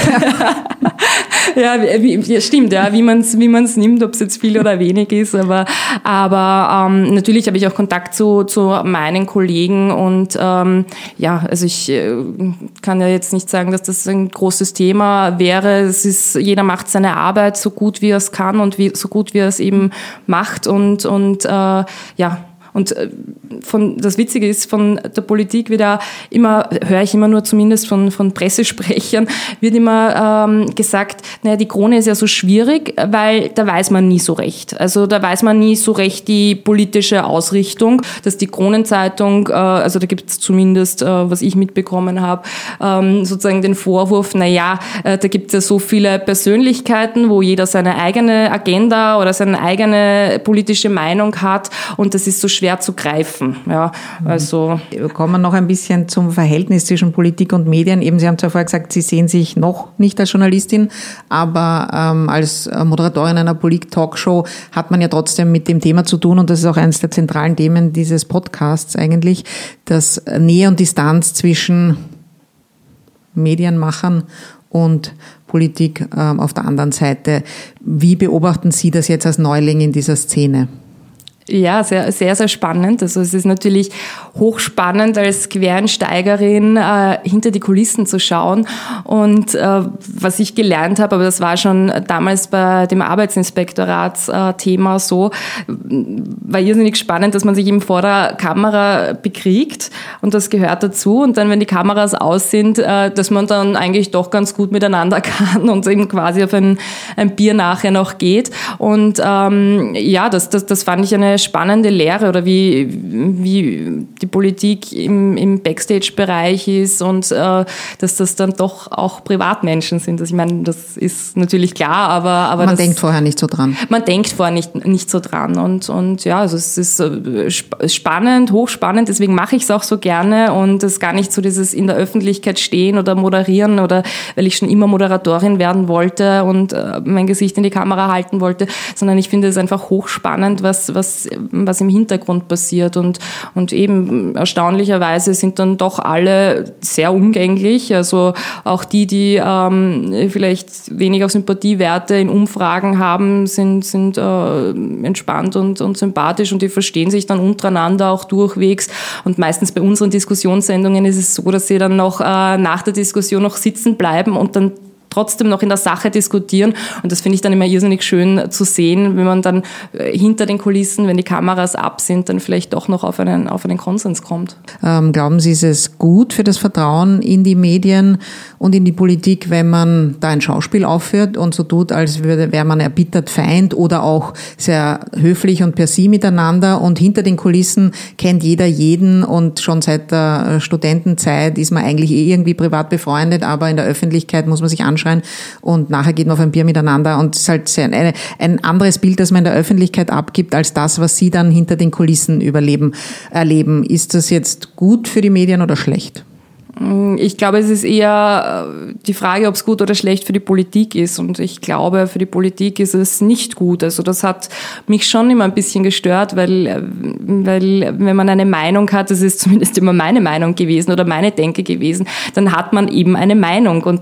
Speaker 2: Ja, stimmt, ja, wie man's nimmt, ob es jetzt viel oder wenig ist, aber natürlich habe ich auch Kontakt zu meinen Kollegen und also ich kann ja jetzt nicht sagen, dass das ein großes Thema wäre. Jeder macht seine Arbeit so gut wie er es kann und so gut wie er es eben macht und Und das Witzige ist, von der Politik höre ich immer nur zumindest von Pressesprechern, wird immer gesagt, naja, die Krone ist ja so schwierig, weil da weiß man nie so recht. Also da weiß man nie so recht die politische Ausrichtung, dass die Kronenzeitung, also da gibt es zumindest, was ich mitbekommen habe, sozusagen den Vorwurf, naja, da gibt es ja so viele Persönlichkeiten, wo jeder seine eigene Agenda oder seine eigene politische Meinung hat und das ist so schwer zu greifen. Ja, also
Speaker 1: kommen wir noch ein bisschen zum Verhältnis zwischen Politik und Medien. Eben, Sie haben zwar vorher gesagt, Sie sehen sich noch nicht als Journalistin, aber als Moderatorin einer Polit-Talkshow hat man ja trotzdem mit dem Thema zu tun und das ist auch eines der zentralen Themen dieses Podcasts eigentlich, dass Nähe und Distanz zwischen Medienmachern und Politik auf der anderen Seite. Wie beobachten Sie das jetzt als Neuling in dieser Szene?
Speaker 2: Ja, sehr, sehr, sehr spannend. Also es ist natürlich hochspannend, als Quereinsteigerin hinter die Kulissen zu schauen. Und was ich gelernt habe, aber das war schon damals bei dem Arbeitsinspektoratsthema so, war irrsinnig spannend, dass man sich eben vor der Kamera bekriegt und das gehört dazu. Und dann, wenn die Kameras aus sind, dass man dann eigentlich doch ganz gut miteinander kann und eben quasi auf ein Bier nachher noch geht. Und ja, das fand ich eine spannende Lehre oder wie die Politik im Backstage-Bereich ist und dass das dann doch auch Privatmenschen sind. Also ich meine, das ist natürlich klar, aber
Speaker 1: man denkt vorher nicht so dran.
Speaker 2: Man denkt vorher nicht so dran und ja, also es ist spannend, hochspannend, deswegen mache ich es auch so gerne und es gar nicht so dieses in der Öffentlichkeit stehen oder moderieren oder weil ich schon immer Moderatorin werden wollte und mein Gesicht in die Kamera halten wollte, sondern ich finde es einfach hochspannend, was im Hintergrund passiert und eben erstaunlicherweise sind dann doch alle sehr umgänglich, also auch die vielleicht weniger Sympathiewerte in Umfragen haben, sind entspannt und sympathisch und die verstehen sich dann untereinander auch durchwegs und meistens bei unseren Diskussionssendungen ist es so, dass sie dann noch nach der Diskussion noch sitzen bleiben und dann trotzdem noch in der Sache diskutieren und das finde ich dann immer irrsinnig schön zu sehen, wenn man dann hinter den Kulissen, wenn die Kameras ab sind, dann vielleicht doch noch auf einen Konsens kommt.
Speaker 1: Glauben Sie, ist es gut für das Vertrauen in die Medien und in die Politik, wenn man da ein Schauspiel aufführt und so tut, als wäre man erbittert Feind oder auch sehr höflich und per Sie miteinander und hinter den Kulissen kennt jeder jeden und schon seit der Studentenzeit ist man eigentlich irgendwie privat befreundet, aber in der Öffentlichkeit muss man sich anschauen und nachher geht man auf ein Bier miteinander und es ist halt ein anderes Bild, das man in der Öffentlichkeit abgibt, als das, was Sie dann hinter den Kulissen erleben. Ist das jetzt gut für die Medien oder schlecht?
Speaker 2: Ich glaube, es ist eher die Frage, ob es gut oder schlecht für die Politik ist. Und ich glaube, für die Politik ist es nicht gut. Also das hat mich schon immer ein bisschen gestört, weil wenn man eine Meinung hat, das ist zumindest immer meine Meinung gewesen oder meine Denke gewesen, dann hat man eben eine Meinung. Und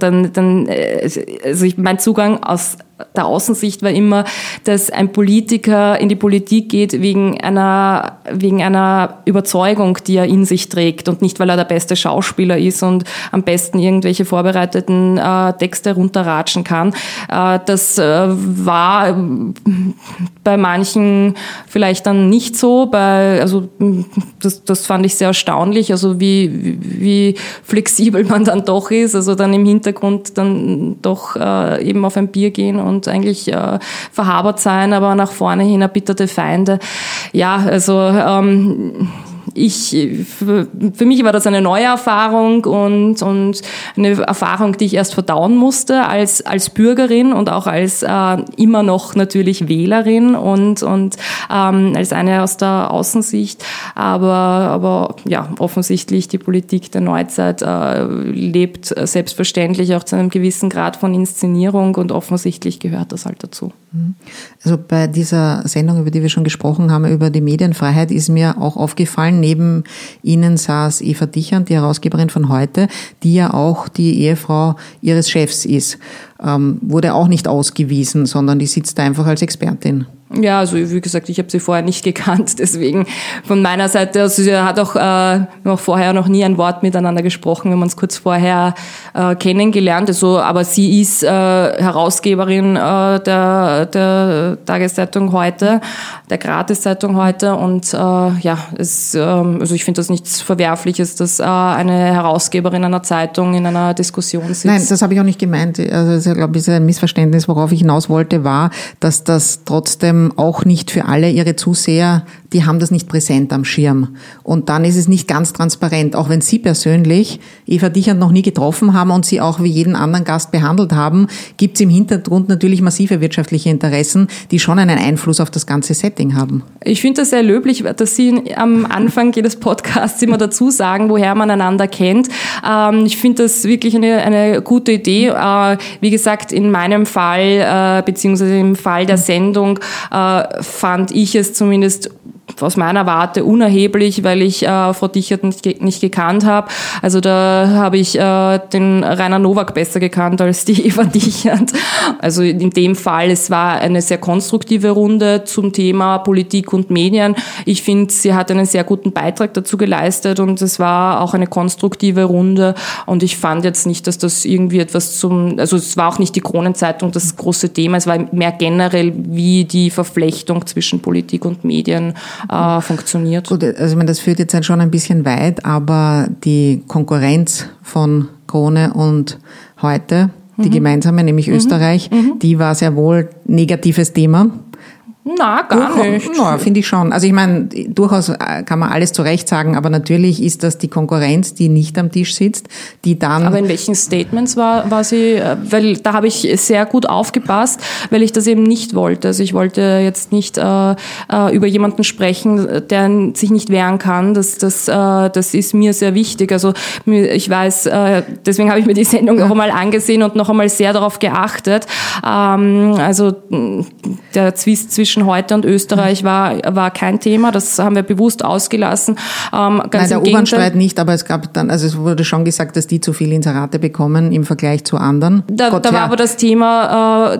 Speaker 2: mein Zugang aus der Außensicht war immer, dass ein Politiker in die Politik geht wegen einer Überzeugung, die er in sich trägt und nicht, weil er der beste Schauspieler ist und am besten irgendwelche vorbereiteten Texte runterratschen kann. Das war bei manchen vielleicht dann nicht so. Das fand ich sehr erstaunlich, also wie flexibel man dann doch ist, also dann im Hintergrund dann doch eben auf ein Bier gehen und eigentlich verhabert sein, aber nach vorne hin erbitterte Feinde. Ja, also für mich war das eine neue Erfahrung und eine Erfahrung, die ich erst verdauen musste als Bürgerin und auch als immer noch natürlich Wählerin und als eine aus der Außensicht. Aber ja, offensichtlich die Politik der Neuzeit lebt selbstverständlich auch zu einem gewissen Grad von Inszenierung und offensichtlich gehört das halt dazu.
Speaker 1: Also bei dieser Sendung, über die wir schon gesprochen haben, über die Medienfreiheit, ist mir auch aufgefallen, neben Ihnen saß Eva Dichand, die Herausgeberin von Heute, die ja auch die Ehefrau Ihres Chefs ist. Wurde auch nicht ausgewiesen, sondern die sitzt da einfach als Expertin.
Speaker 2: Ja, also wie gesagt, ich habe sie vorher nicht gekannt, deswegen von meiner Seite, also sie hat auch noch vorher noch nie ein Wort miteinander gesprochen, wir haben uns kurz vorher kennengelernt, also, aber sie ist Herausgeberin der Tageszeitung Heute, der Gratiszeitung Heute und also ich finde das nichts Verwerfliches, dass eine Herausgeberin einer Zeitung in einer Diskussion sitzt.
Speaker 1: Nein, das habe ich auch nicht gemeint, also ich glaube, es ist ein Missverständnis, worauf ich hinaus wollte, war, dass das trotzdem auch nicht für alle ihre Zuseher, die haben das nicht präsent am Schirm. Und dann ist es nicht ganz transparent, auch wenn Sie persönlich Eva Dichand noch nie getroffen haben und Sie auch wie jeden anderen Gast behandelt haben, gibt es im Hintergrund natürlich massive wirtschaftliche Interessen, die schon einen Einfluss auf das ganze Setting haben.
Speaker 2: Ich finde das sehr löblich, dass Sie am Anfang jedes Podcasts immer dazu sagen, woher man einander kennt. Ich finde das wirklich eine gute Idee. Wie gesagt, in meinem Fall, beziehungsweise im Fall der Sendung, fand ich es zumindest aus meiner Warte unerheblich, weil ich Frau Dichand nicht gekannt habe. Also da habe ich den Rainer Nowak besser gekannt als die Eva Dichand. Also in dem Fall, es war eine sehr konstruktive Runde zum Thema Politik und Medien. Ich finde, sie hat einen sehr guten Beitrag dazu geleistet und es war auch eine konstruktive Runde und ich fand jetzt nicht, dass das irgendwie etwas also es war auch nicht die Kronenzeitung das große Thema, es war mehr generell, wie die Verflechtung zwischen Politik und Medien funktioniert.
Speaker 1: Gut, also ich meine, das führt jetzt schon ein bisschen weit, aber die Konkurrenz von Krone und Heute, die gemeinsame, nämlich Österreich, die war sehr wohl negatives Thema.
Speaker 2: Na, gar nicht.
Speaker 1: Na, finde ich schon. Also ich meine, durchaus kann man alles zu Recht sagen, aber natürlich ist das die Konkurrenz, die nicht am Tisch sitzt, die dann...
Speaker 2: Aber in welchen Statements war sie, weil da habe ich sehr gut aufgepasst, weil ich das eben nicht wollte. Also ich wollte jetzt nicht über jemanden sprechen, der sich nicht wehren kann. Das ist mir sehr wichtig. Also ich weiß, deswegen habe ich mir die Sendung noch einmal angesehen und noch einmal sehr darauf geachtet. Also der Zwist zwischen Heute und Österreich war kein Thema, das haben wir bewusst ausgelassen.
Speaker 1: Nein, der U-Bahn-Streit nicht, aber es gab dann, also es wurde schon gesagt, dass die zu viel Inserate bekommen im Vergleich zu anderen.
Speaker 2: Da war aber das Thema,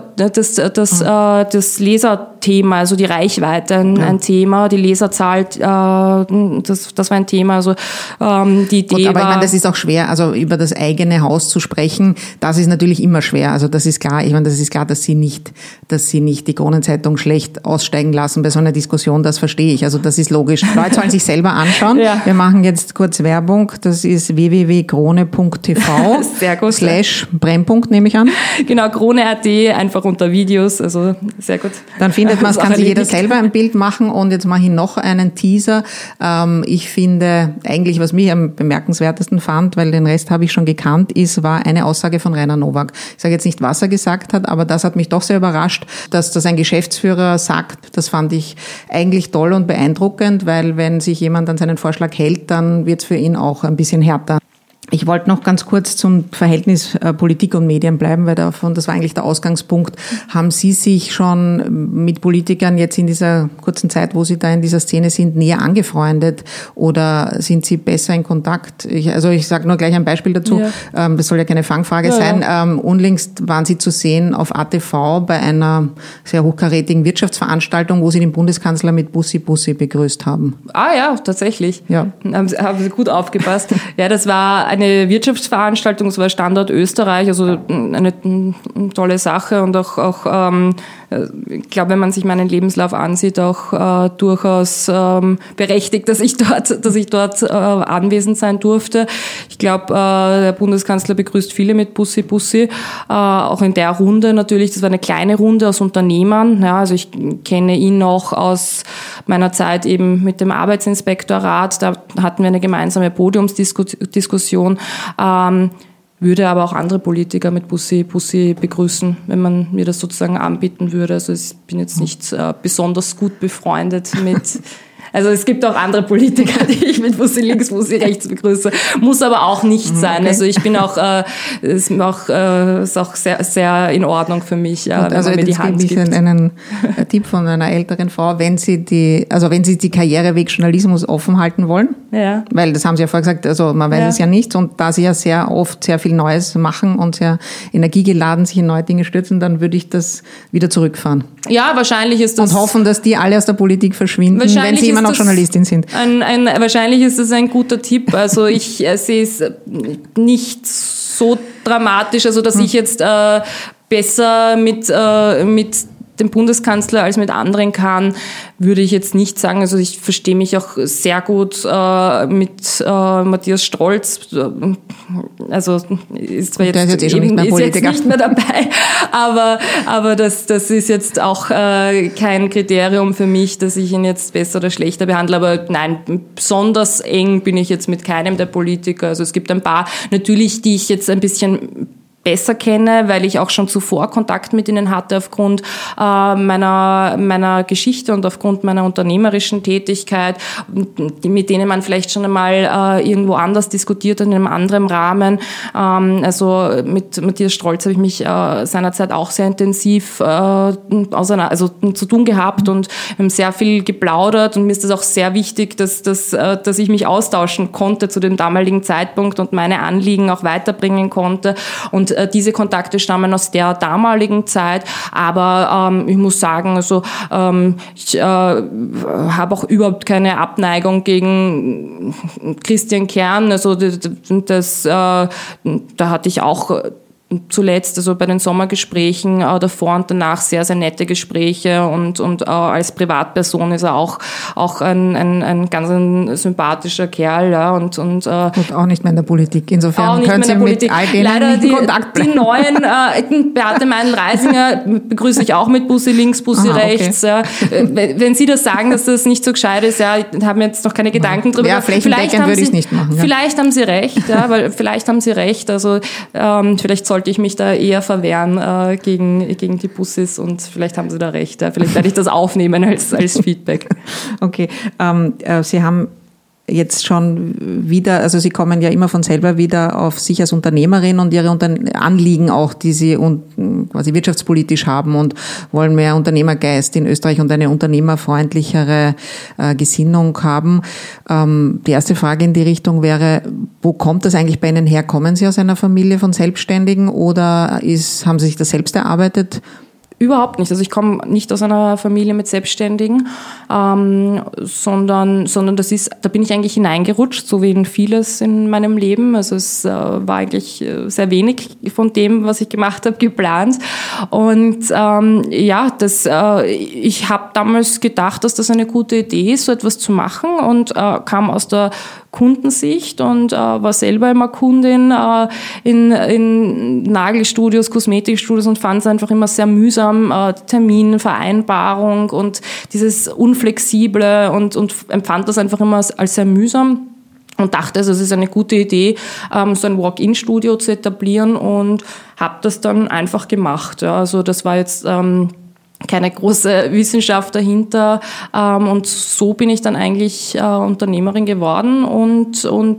Speaker 2: das Leserthema, also die Reichweite ein Thema, die Leserzahl, das war ein Thema, also die Idee
Speaker 1: Gut, aber ich meine, das ist auch schwer, also über das eigene Haus zu sprechen, das ist natürlich immer schwer, also das ist klar, ich meine, das ist klar, dass sie nicht die Kronenzeitung schlecht aussteigen lassen bei so einer Diskussion, das verstehe ich. Also das ist logisch. Leute sollen sich selber anschauen. Ja. Wir machen jetzt kurz Werbung. Das ist www.krone.tv /Brennpunkt, nehme ich an.
Speaker 2: Genau, Krone.at, einfach unter Videos, also sehr gut.
Speaker 1: Dann findet man es, kann sich jeder selber ein Bild machen und jetzt mache ich noch einen Teaser. Ich finde eigentlich, was mich am bemerkenswertesten fand, weil den Rest habe ich schon gekannt, war eine Aussage von Rainer Nowak. Ich sage jetzt nicht, was er gesagt hat, aber das hat mich doch sehr überrascht, dass das ein Geschäftsführer sagt, das fand ich eigentlich toll und beeindruckend, weil wenn sich jemand an seinen Vorschlag hält, dann wird es für ihn auch ein bisschen härter. Ich wollte noch ganz kurz zum Verhältnis Politik und Medien bleiben, weil das war eigentlich der Ausgangspunkt. Haben Sie sich schon mit Politikern jetzt in dieser kurzen Zeit, wo Sie da in dieser Szene sind, näher angefreundet oder sind Sie besser in Kontakt? Ich sage nur gleich ein Beispiel dazu. Ja. Das soll ja keine Fangfrage sein. Ja. Unlängst waren Sie zu sehen auf ATV bei einer sehr hochkarätigen Wirtschaftsveranstaltung, wo Sie den Bundeskanzler mit Bussi Bussi begrüßt haben.
Speaker 2: Ah ja, tatsächlich.
Speaker 1: Ja.
Speaker 2: Haben Sie gut aufgepasst. Ja, das war eine Wirtschaftsveranstaltung, es war Standort Österreich, also eine tolle Sache und auch ich glaube, wenn man sich meinen Lebenslauf ansieht, auch durchaus berechtigt, dass ich dort anwesend sein durfte. Ich glaube, der Bundeskanzler begrüßt viele mit Bussi Bussi, auch in der Runde natürlich. Das war eine kleine Runde aus Unternehmern. Ja, also ich kenne ihn noch aus meiner Zeit eben mit dem Arbeitsinspektorrat. Da hatten wir eine gemeinsame Podiumsdiskussion. Würde aber auch andere Politiker mit Bussi begrüßen, wenn man mir das sozusagen anbieten würde. Also ich bin jetzt nicht besonders gut befreundet mit Also es gibt auch andere Politiker, die ich mit Bussi links, Bussi rechts begrüße. Muss aber auch nicht sein.
Speaker 1: Okay.
Speaker 2: Also ich bin auch, ist auch sehr, sehr in Ordnung für mich, ja, wenn
Speaker 1: also
Speaker 2: man mir die Hand
Speaker 1: gibt. Ich einen Tipp von einer älteren Frau, wenn Sie die Karriereweg Journalismus offen halten wollen,
Speaker 2: ja.
Speaker 1: weil das haben Sie ja vorher gesagt, also man weiß es ja nicht, und da Sie ja sehr oft sehr viel Neues machen und sehr energiegeladen sich in neue Dinge stürzen, dann würde ich das wieder zurückfahren.
Speaker 2: Ja, wahrscheinlich ist das...
Speaker 1: Und hoffen, dass die alle aus der Politik verschwinden, wenn Sie immer noch Journalistin sind.
Speaker 2: Wahrscheinlich ist das ein guter Tipp. Also ich sehe es nicht so dramatisch, also dass ich jetzt besser mit dem Bundeskanzler als mit anderen kann, würde ich jetzt nicht sagen. Also ich verstehe mich auch sehr gut mit Matthias Strolz. Also ist zwar jetzt,
Speaker 1: jetzt nicht
Speaker 2: mehr dabei, aber das ist jetzt auch kein Kriterium für mich, dass ich ihn jetzt besser oder schlechter behandle. Aber nein, besonders eng bin ich jetzt mit keinem der Politiker. Also es gibt ein paar natürlich, die ich jetzt ein bisschen besser kenne, weil ich auch schon zuvor Kontakt mit ihnen hatte aufgrund meiner Geschichte und aufgrund meiner unternehmerischen Tätigkeit, mit denen man vielleicht schon einmal irgendwo anders diskutiert hat, in einem anderen Rahmen. Also mit Matthias Strolz habe ich mich seinerzeit auch sehr intensiv zu tun gehabt und wir haben sehr viel geplaudert, und mir ist das auch sehr wichtig, dass ich mich austauschen konnte zu dem damaligen Zeitpunkt und meine Anliegen auch weiterbringen konnte, und diese Kontakte stammen aus der damaligen Zeit, aber ich muss sagen, also ich habe auch überhaupt keine Abneigung gegen Christian Kern, also da hatte ich auch zuletzt, also bei den Sommergesprächen davor und danach sehr, sehr nette Gespräche, und als Privatperson ist er auch ein ganz sympathischer Kerl, ja, und
Speaker 1: auch nicht mehr in der Politik. Insofern können Sie mit all denen
Speaker 2: leider
Speaker 1: in Kontakt bleiben.
Speaker 2: Die neuen, Beate Meinl-Reisinger begrüße ich auch mit Bussi links, Bussi rechts. Okay. Ja. Wenn Sie das sagen, dass das nicht so gescheit ist, ja, haben wir jetzt noch keine Gedanken drüber.
Speaker 1: Ja, flächendeckend würde ich es nicht machen. Ja.
Speaker 2: Vielleicht haben Sie recht, ja, weil vielleicht haben Sie recht, also vielleicht sollte ich mich da eher verwehren gegen die Bussis, und vielleicht haben Sie da recht. Ja. Vielleicht werde ich das aufnehmen als Feedback.
Speaker 1: Okay, Sie haben jetzt schon wieder, also Sie kommen ja immer von selber wieder auf sich als Unternehmerin und Ihre Anliegen auch, die Sie quasi wirtschaftspolitisch haben, und wollen mehr Unternehmergeist in Österreich und eine unternehmerfreundlichere Gesinnung haben. Die erste Frage in die Richtung wäre, wo kommt das eigentlich bei Ihnen her? Kommen Sie aus einer Familie von Selbstständigen oder haben Sie sich das selbst erarbeitet?
Speaker 2: Überhaupt nicht. Also ich komme nicht aus einer Familie mit Selbstständigen, sondern da bin ich eigentlich hineingerutscht, so wie in vieles in meinem Leben. Also es war eigentlich sehr wenig von dem, was ich gemacht habe, geplant. Und ich habe damals gedacht, dass das eine gute Idee ist, so etwas zu machen, und kam aus der Kundensicht und war selber immer Kundin in Nagelstudios, Kosmetikstudios, und fand es einfach immer sehr mühsam, Terminvereinbarung und dieses Unflexible, und empfand das einfach immer als sehr mühsam. Und dachte, also es ist eine gute Idee, so ein Walk-in-Studio zu etablieren, und habe das dann einfach gemacht. Ja. Also das war jetzt keine große Wissenschaft dahinter, und so bin ich dann eigentlich Unternehmerin geworden, und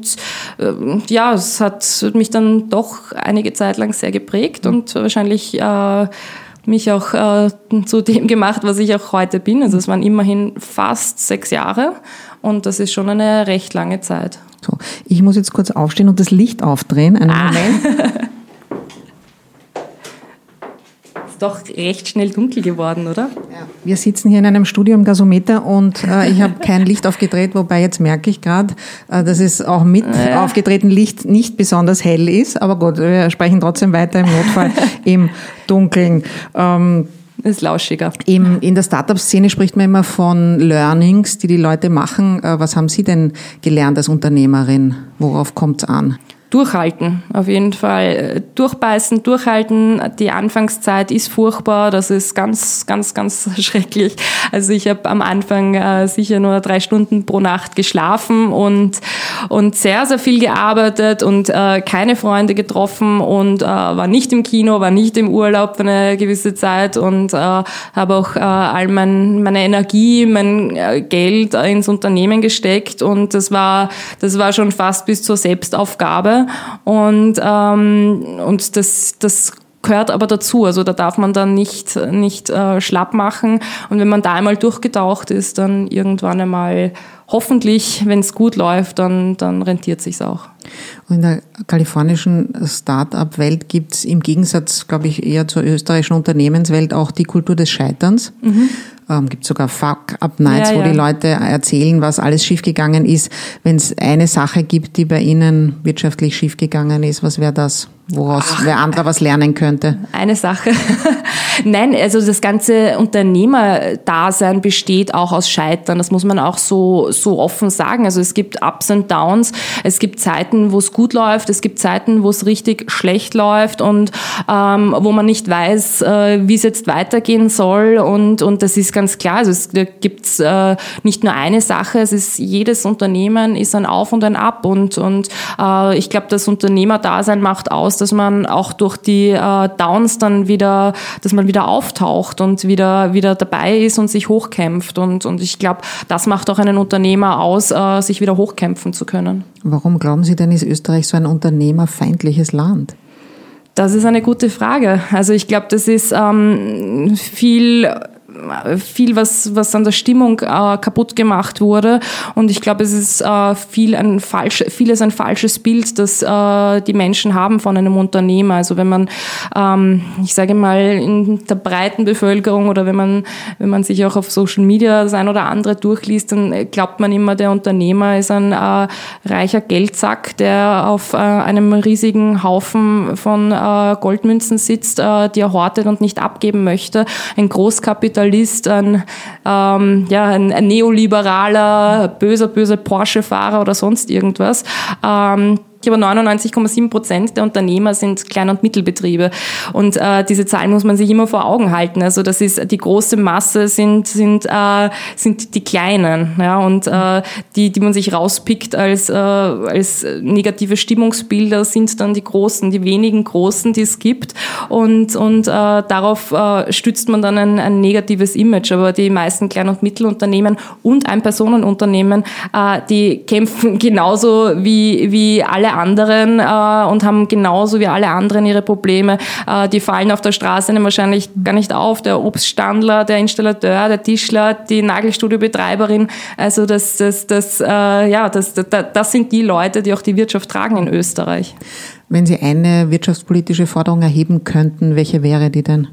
Speaker 2: es hat mich dann doch einige Zeit lang sehr geprägt und wahrscheinlich mich auch zu dem gemacht, was ich auch heute bin. Also es waren immerhin fast 6 Jahre, und das ist schon eine recht lange Zeit.
Speaker 1: So, ich muss jetzt kurz aufstehen und das Licht aufdrehen. Einen Moment.
Speaker 2: Ist doch recht schnell dunkel geworden, oder?
Speaker 1: Ja. Wir sitzen hier in einem Studio im Gasometer, und ich habe kein Licht aufgedreht, wobei jetzt merke ich gerade, dass es auch mit aufgedrehtem Licht nicht besonders hell ist. Aber gut, wir sprechen trotzdem weiter im Notfall im Dunkeln.
Speaker 2: Ist lauschiger.
Speaker 1: In der Startup-Szene spricht man immer von Learnings, die Leute machen. Was haben Sie denn gelernt als Unternehmerin? Worauf kommt es an?
Speaker 2: durchhalten, auf jeden Fall durchbeißen, durchhalten. Die Anfangszeit ist furchtbar, das ist ganz, ganz, ganz schrecklich. Also ich habe am Anfang sicher nur 3 Stunden pro Nacht geschlafen und sehr, sehr viel gearbeitet und keine Freunde getroffen und war nicht im Kino, war nicht im Urlaub für eine gewisse Zeit und habe auch all meine Energie, mein Geld ins Unternehmen gesteckt und das war schon fast bis zur Selbstaufgabe. Und das gehört aber dazu, also da darf man dann nicht schlapp machen und wenn man da einmal durchgetaucht ist, dann irgendwann einmal hoffentlich, wenn es gut läuft, dann rentiert sich's auch.
Speaker 1: Und in der kalifornischen Start-up-Welt gibt es im Gegensatz, glaube ich, eher zur österreichischen Unternehmenswelt auch die Kultur des Scheiterns. Gibt sogar Fuck-Up-Nights, wo die Leute erzählen, was alles schiefgegangen ist. Wenn es eine Sache gibt, die bei Ihnen wirtschaftlich schiefgegangen ist, was wäre das, woraus wer anderer was lernen könnte?
Speaker 2: Eine Sache. Nein, also das ganze Unternehmerdasein besteht auch aus Scheitern. Das muss man auch so offen sagen. Also es gibt Ups und Downs. Es gibt Zeiten, wo es gut läuft. Es gibt Zeiten, wo es richtig schlecht läuft und wo man nicht weiß, wie es jetzt weitergehen soll. Und das ist ganz klar. Also es gibt nicht nur eine Sache. Es ist jedes Unternehmen ist ein Auf und ein Ab. Und ich glaube, das Unternehmerdasein macht aus, dass man auch durch die Downs dann wieder, dass man wieder auftaucht und wieder dabei ist und sich hochkämpft. Und ich glaube, das macht auch einen Unternehmer aus, sich wieder hochkämpfen zu können.
Speaker 1: Warum glauben Sie denn, ist Österreich so ein unternehmerfeindliches Land?
Speaker 2: Das ist eine gute Frage. Also ich glaube, das ist viel, was an der Stimmung kaputt gemacht wurde. Und ich glaube, es ist vieles ein falsches Bild, das die Menschen haben von einem Unternehmer. Also wenn man, ich sage mal, in der breiten Bevölkerung oder wenn man sich auch auf Social Media das ein oder andere durchliest, dann glaubt man immer, der Unternehmer ist ein reicher Geldsack, der auf einem riesigen Haufen von Goldmünzen sitzt, die er hortet und nicht abgeben möchte. Ein Großkapitalist, ein neoliberaler, böser Porsche-Fahrer oder sonst irgendwas. Aber 99,7% der Unternehmer sind Klein- und Mittelbetriebe. Und diese Zahlen muss man sich immer vor Augen halten. Also das ist die große Masse sind die Kleinen, ja, und die man sich rauspickt als negative Stimmungsbilder sind dann die Großen, die wenigen Großen, die es gibt. Und darauf stützt man dann ein negatives Image. Aber die meisten Klein- und Mittelunternehmen und Ein-Personen-Unternehmen, die kämpfen genauso wie alle anderen und haben genauso wie alle anderen ihre Probleme. Die fallen auf der Straße wahrscheinlich gar nicht auf. Der Obststandler, der Installateur, der Tischler, die Nagelstudiobetreiberin. Also das sind die Leute, die auch die Wirtschaft tragen in Österreich.
Speaker 1: Wenn Sie eine wirtschaftspolitische Forderung erheben könnten, welche wäre die denn?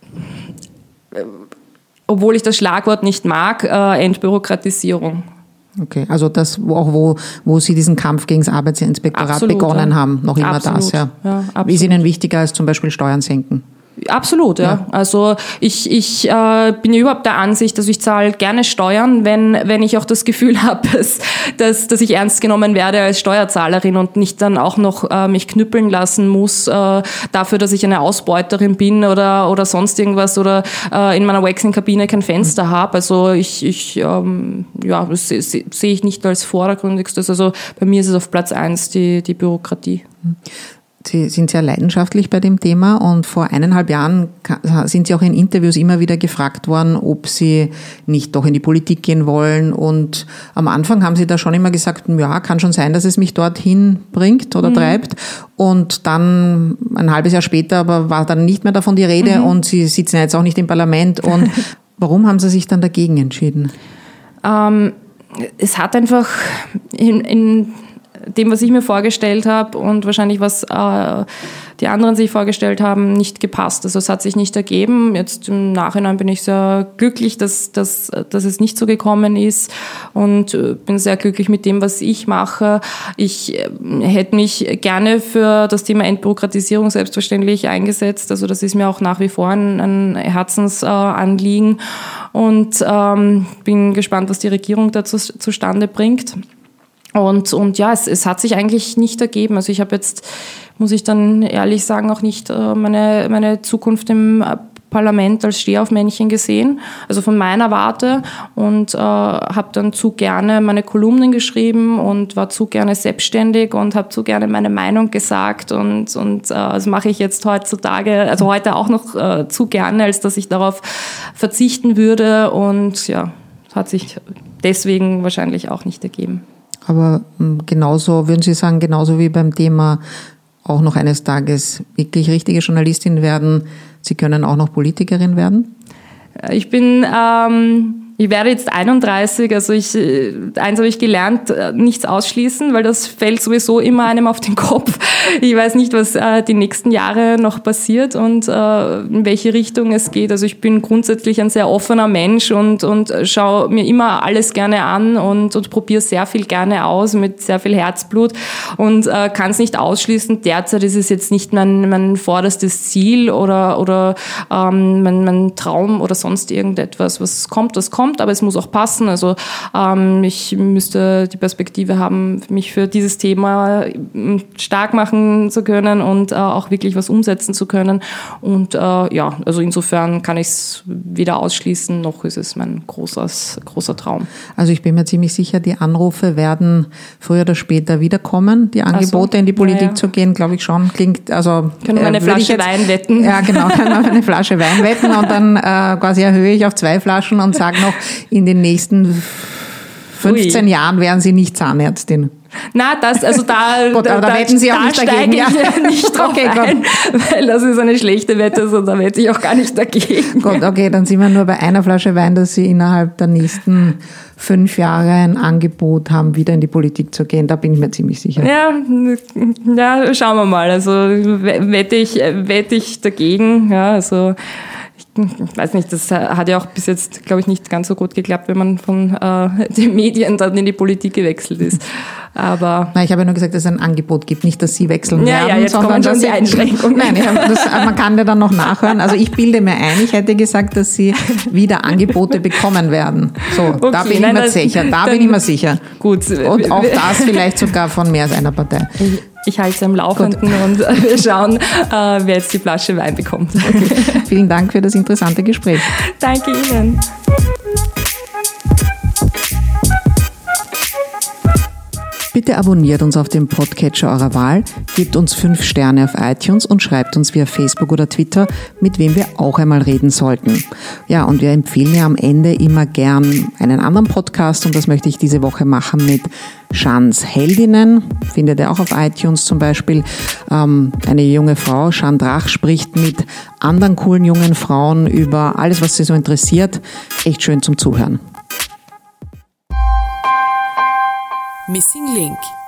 Speaker 2: Obwohl ich das Schlagwort nicht mag, Entbürokratisierung.
Speaker 1: Okay, also das, wo Sie diesen Kampf gegen das Arbeitsinspektorat begonnen haben, noch immer das, ja. Ist Ihnen wichtiger als zum Beispiel Steuern senken?
Speaker 2: Absolut, ja. Also ich bin ja überhaupt der Ansicht, dass ich zahle gerne Steuern, wenn ich auch das Gefühl habe, dass ich ernst genommen werde als Steuerzahlerin und nicht dann auch noch mich knüppeln lassen muss dafür, dass ich eine Ausbeuterin bin oder sonst irgendwas oder in meiner Waxing-Kabine kein Fenster habe. Also das sehe ich nicht als vordergründigstes. Also bei mir ist es auf Platz 1 die Bürokratie.
Speaker 1: Sie sind sehr leidenschaftlich bei dem Thema und vor 1,5 Jahren sind Sie auch in Interviews immer wieder gefragt worden, ob Sie nicht doch in die Politik gehen wollen, und am Anfang haben Sie da schon immer gesagt, ja, kann schon sein, dass es mich dorthin bringt oder treibt, und dann ein halbes Jahr später aber war dann nicht mehr davon die Rede und Sie sitzen ja jetzt auch nicht im Parlament. Und warum haben Sie sich dann dagegen entschieden?
Speaker 2: Es hat einfach in dem, was ich mir vorgestellt habe und wahrscheinlich was die anderen sich vorgestellt haben, nicht gepasst. Also es hat sich nicht ergeben. Jetzt im Nachhinein bin ich sehr glücklich, dass es nicht so gekommen ist, und bin sehr glücklich mit dem, was ich mache. Ich hätte mich gerne für das Thema Entbürokratisierung selbstverständlich eingesetzt. Also das ist mir auch nach wie vor ein Herzensanliegen, und bin gespannt, was die Regierung dazu zustande bringt. Und ja, es hat sich eigentlich nicht ergeben. Also ich habe jetzt, muss ich dann ehrlich sagen, auch nicht meine Zukunft im Parlament als Stehaufmännchen gesehen, also von meiner Warte, und habe dann zu gerne meine Kolumnen geschrieben und war zu gerne selbstständig und habe zu gerne meine Meinung gesagt und das mache ich jetzt heutzutage, also heute auch noch zu gerne, als dass ich darauf verzichten würde, und ja, hat sich deswegen wahrscheinlich auch nicht ergeben.
Speaker 1: Aber genauso, würden Sie sagen, genauso wie beim Thema auch noch eines Tages wirklich richtige Journalistin werden, Sie können auch noch Politikerin werden?
Speaker 2: Ich werde jetzt 31, also eins habe ich gelernt, nichts ausschließen, weil das fällt sowieso immer einem auf den Kopf. Ich weiß nicht, was die nächsten Jahre noch passiert und in welche Richtung es geht. Also ich bin grundsätzlich ein sehr offener Mensch und schaue mir immer alles gerne an und probiere sehr viel gerne aus mit sehr viel Herzblut und kann es nicht ausschließen. Derzeit ist es jetzt nicht mein vorderstes Ziel oder mein Traum oder sonst irgendetwas. Was kommt, aber es muss auch passen. Also ich müsste die Perspektive haben, mich für dieses Thema stark machen zu können und auch wirklich was umsetzen zu können. Und ja, also insofern kann ich es weder ausschließen, noch ist es mein großer Traum.
Speaker 1: Also ich bin mir ziemlich sicher, die Anrufe werden früher oder später wiederkommen. Die Angebote in die Politik zu gehen, glaube ich schon. Klingt, also
Speaker 2: können wir eine Flasche Wein wetten?
Speaker 1: Ja, genau, können wir eine Flasche Wein wetten und dann quasi erhöhe ich auf 2 Flaschen und sage noch, in den nächsten 15 Jahren wären Sie nicht Zahnärztin.
Speaker 2: Na, da
Speaker 1: wetten Sie auch nicht dagegen.
Speaker 2: Ich nicht drauf ein, weil das ist eine schlechte Wette, so da wette ich auch gar nicht dagegen.
Speaker 1: Gut, okay, dann sind wir nur bei einer Flasche Wein, dass Sie innerhalb der nächsten 5 Jahre ein Angebot haben, wieder in die Politik zu gehen. Da bin ich mir ziemlich sicher.
Speaker 2: Ja, schauen wir mal. Also wette ich dagegen. Ja, also ich weiß nicht, das hat ja auch bis jetzt, glaube ich, nicht ganz so gut geklappt, wenn man von den Medien dann in die Politik gewechselt ist. Aber
Speaker 1: nein, ich habe ja nur gesagt, dass es ein Angebot gibt, nicht, dass Sie wechseln werden.
Speaker 2: Ja, jetzt kommen schon die Einschränkungen.
Speaker 1: Nein, man kann ja dann noch nachhören. Also ich bilde mir ein, ich hätte gesagt, dass Sie wieder Angebote bekommen werden. So, okay, da bin ich mir sicher. Da bin ich mir sicher.
Speaker 2: Gut.
Speaker 1: Und auch das vielleicht sogar von mehr als einer Partei.
Speaker 2: Ich halte es am Laufenden und wir schauen, wer jetzt die Flasche Wein bekommt.
Speaker 1: Okay. Vielen Dank für das interessante Gespräch.
Speaker 2: Danke Ihnen.
Speaker 1: Bitte abonniert uns auf dem Podcatcher eurer Wahl, gebt uns 5 Sterne auf iTunes und schreibt uns via Facebook oder Twitter, mit wem wir auch einmal reden sollten. Ja, und wir empfehlen ja am Ende immer gern einen anderen Podcast und das möchte ich diese Woche machen mit Jeans Heldinnen, findet ihr auch auf iTunes zum Beispiel. Eine junge Frau, Jeanne Drach, spricht mit anderen coolen jungen Frauen über alles, was sie so interessiert. Echt schön zum Zuhören.
Speaker 3: Missing Link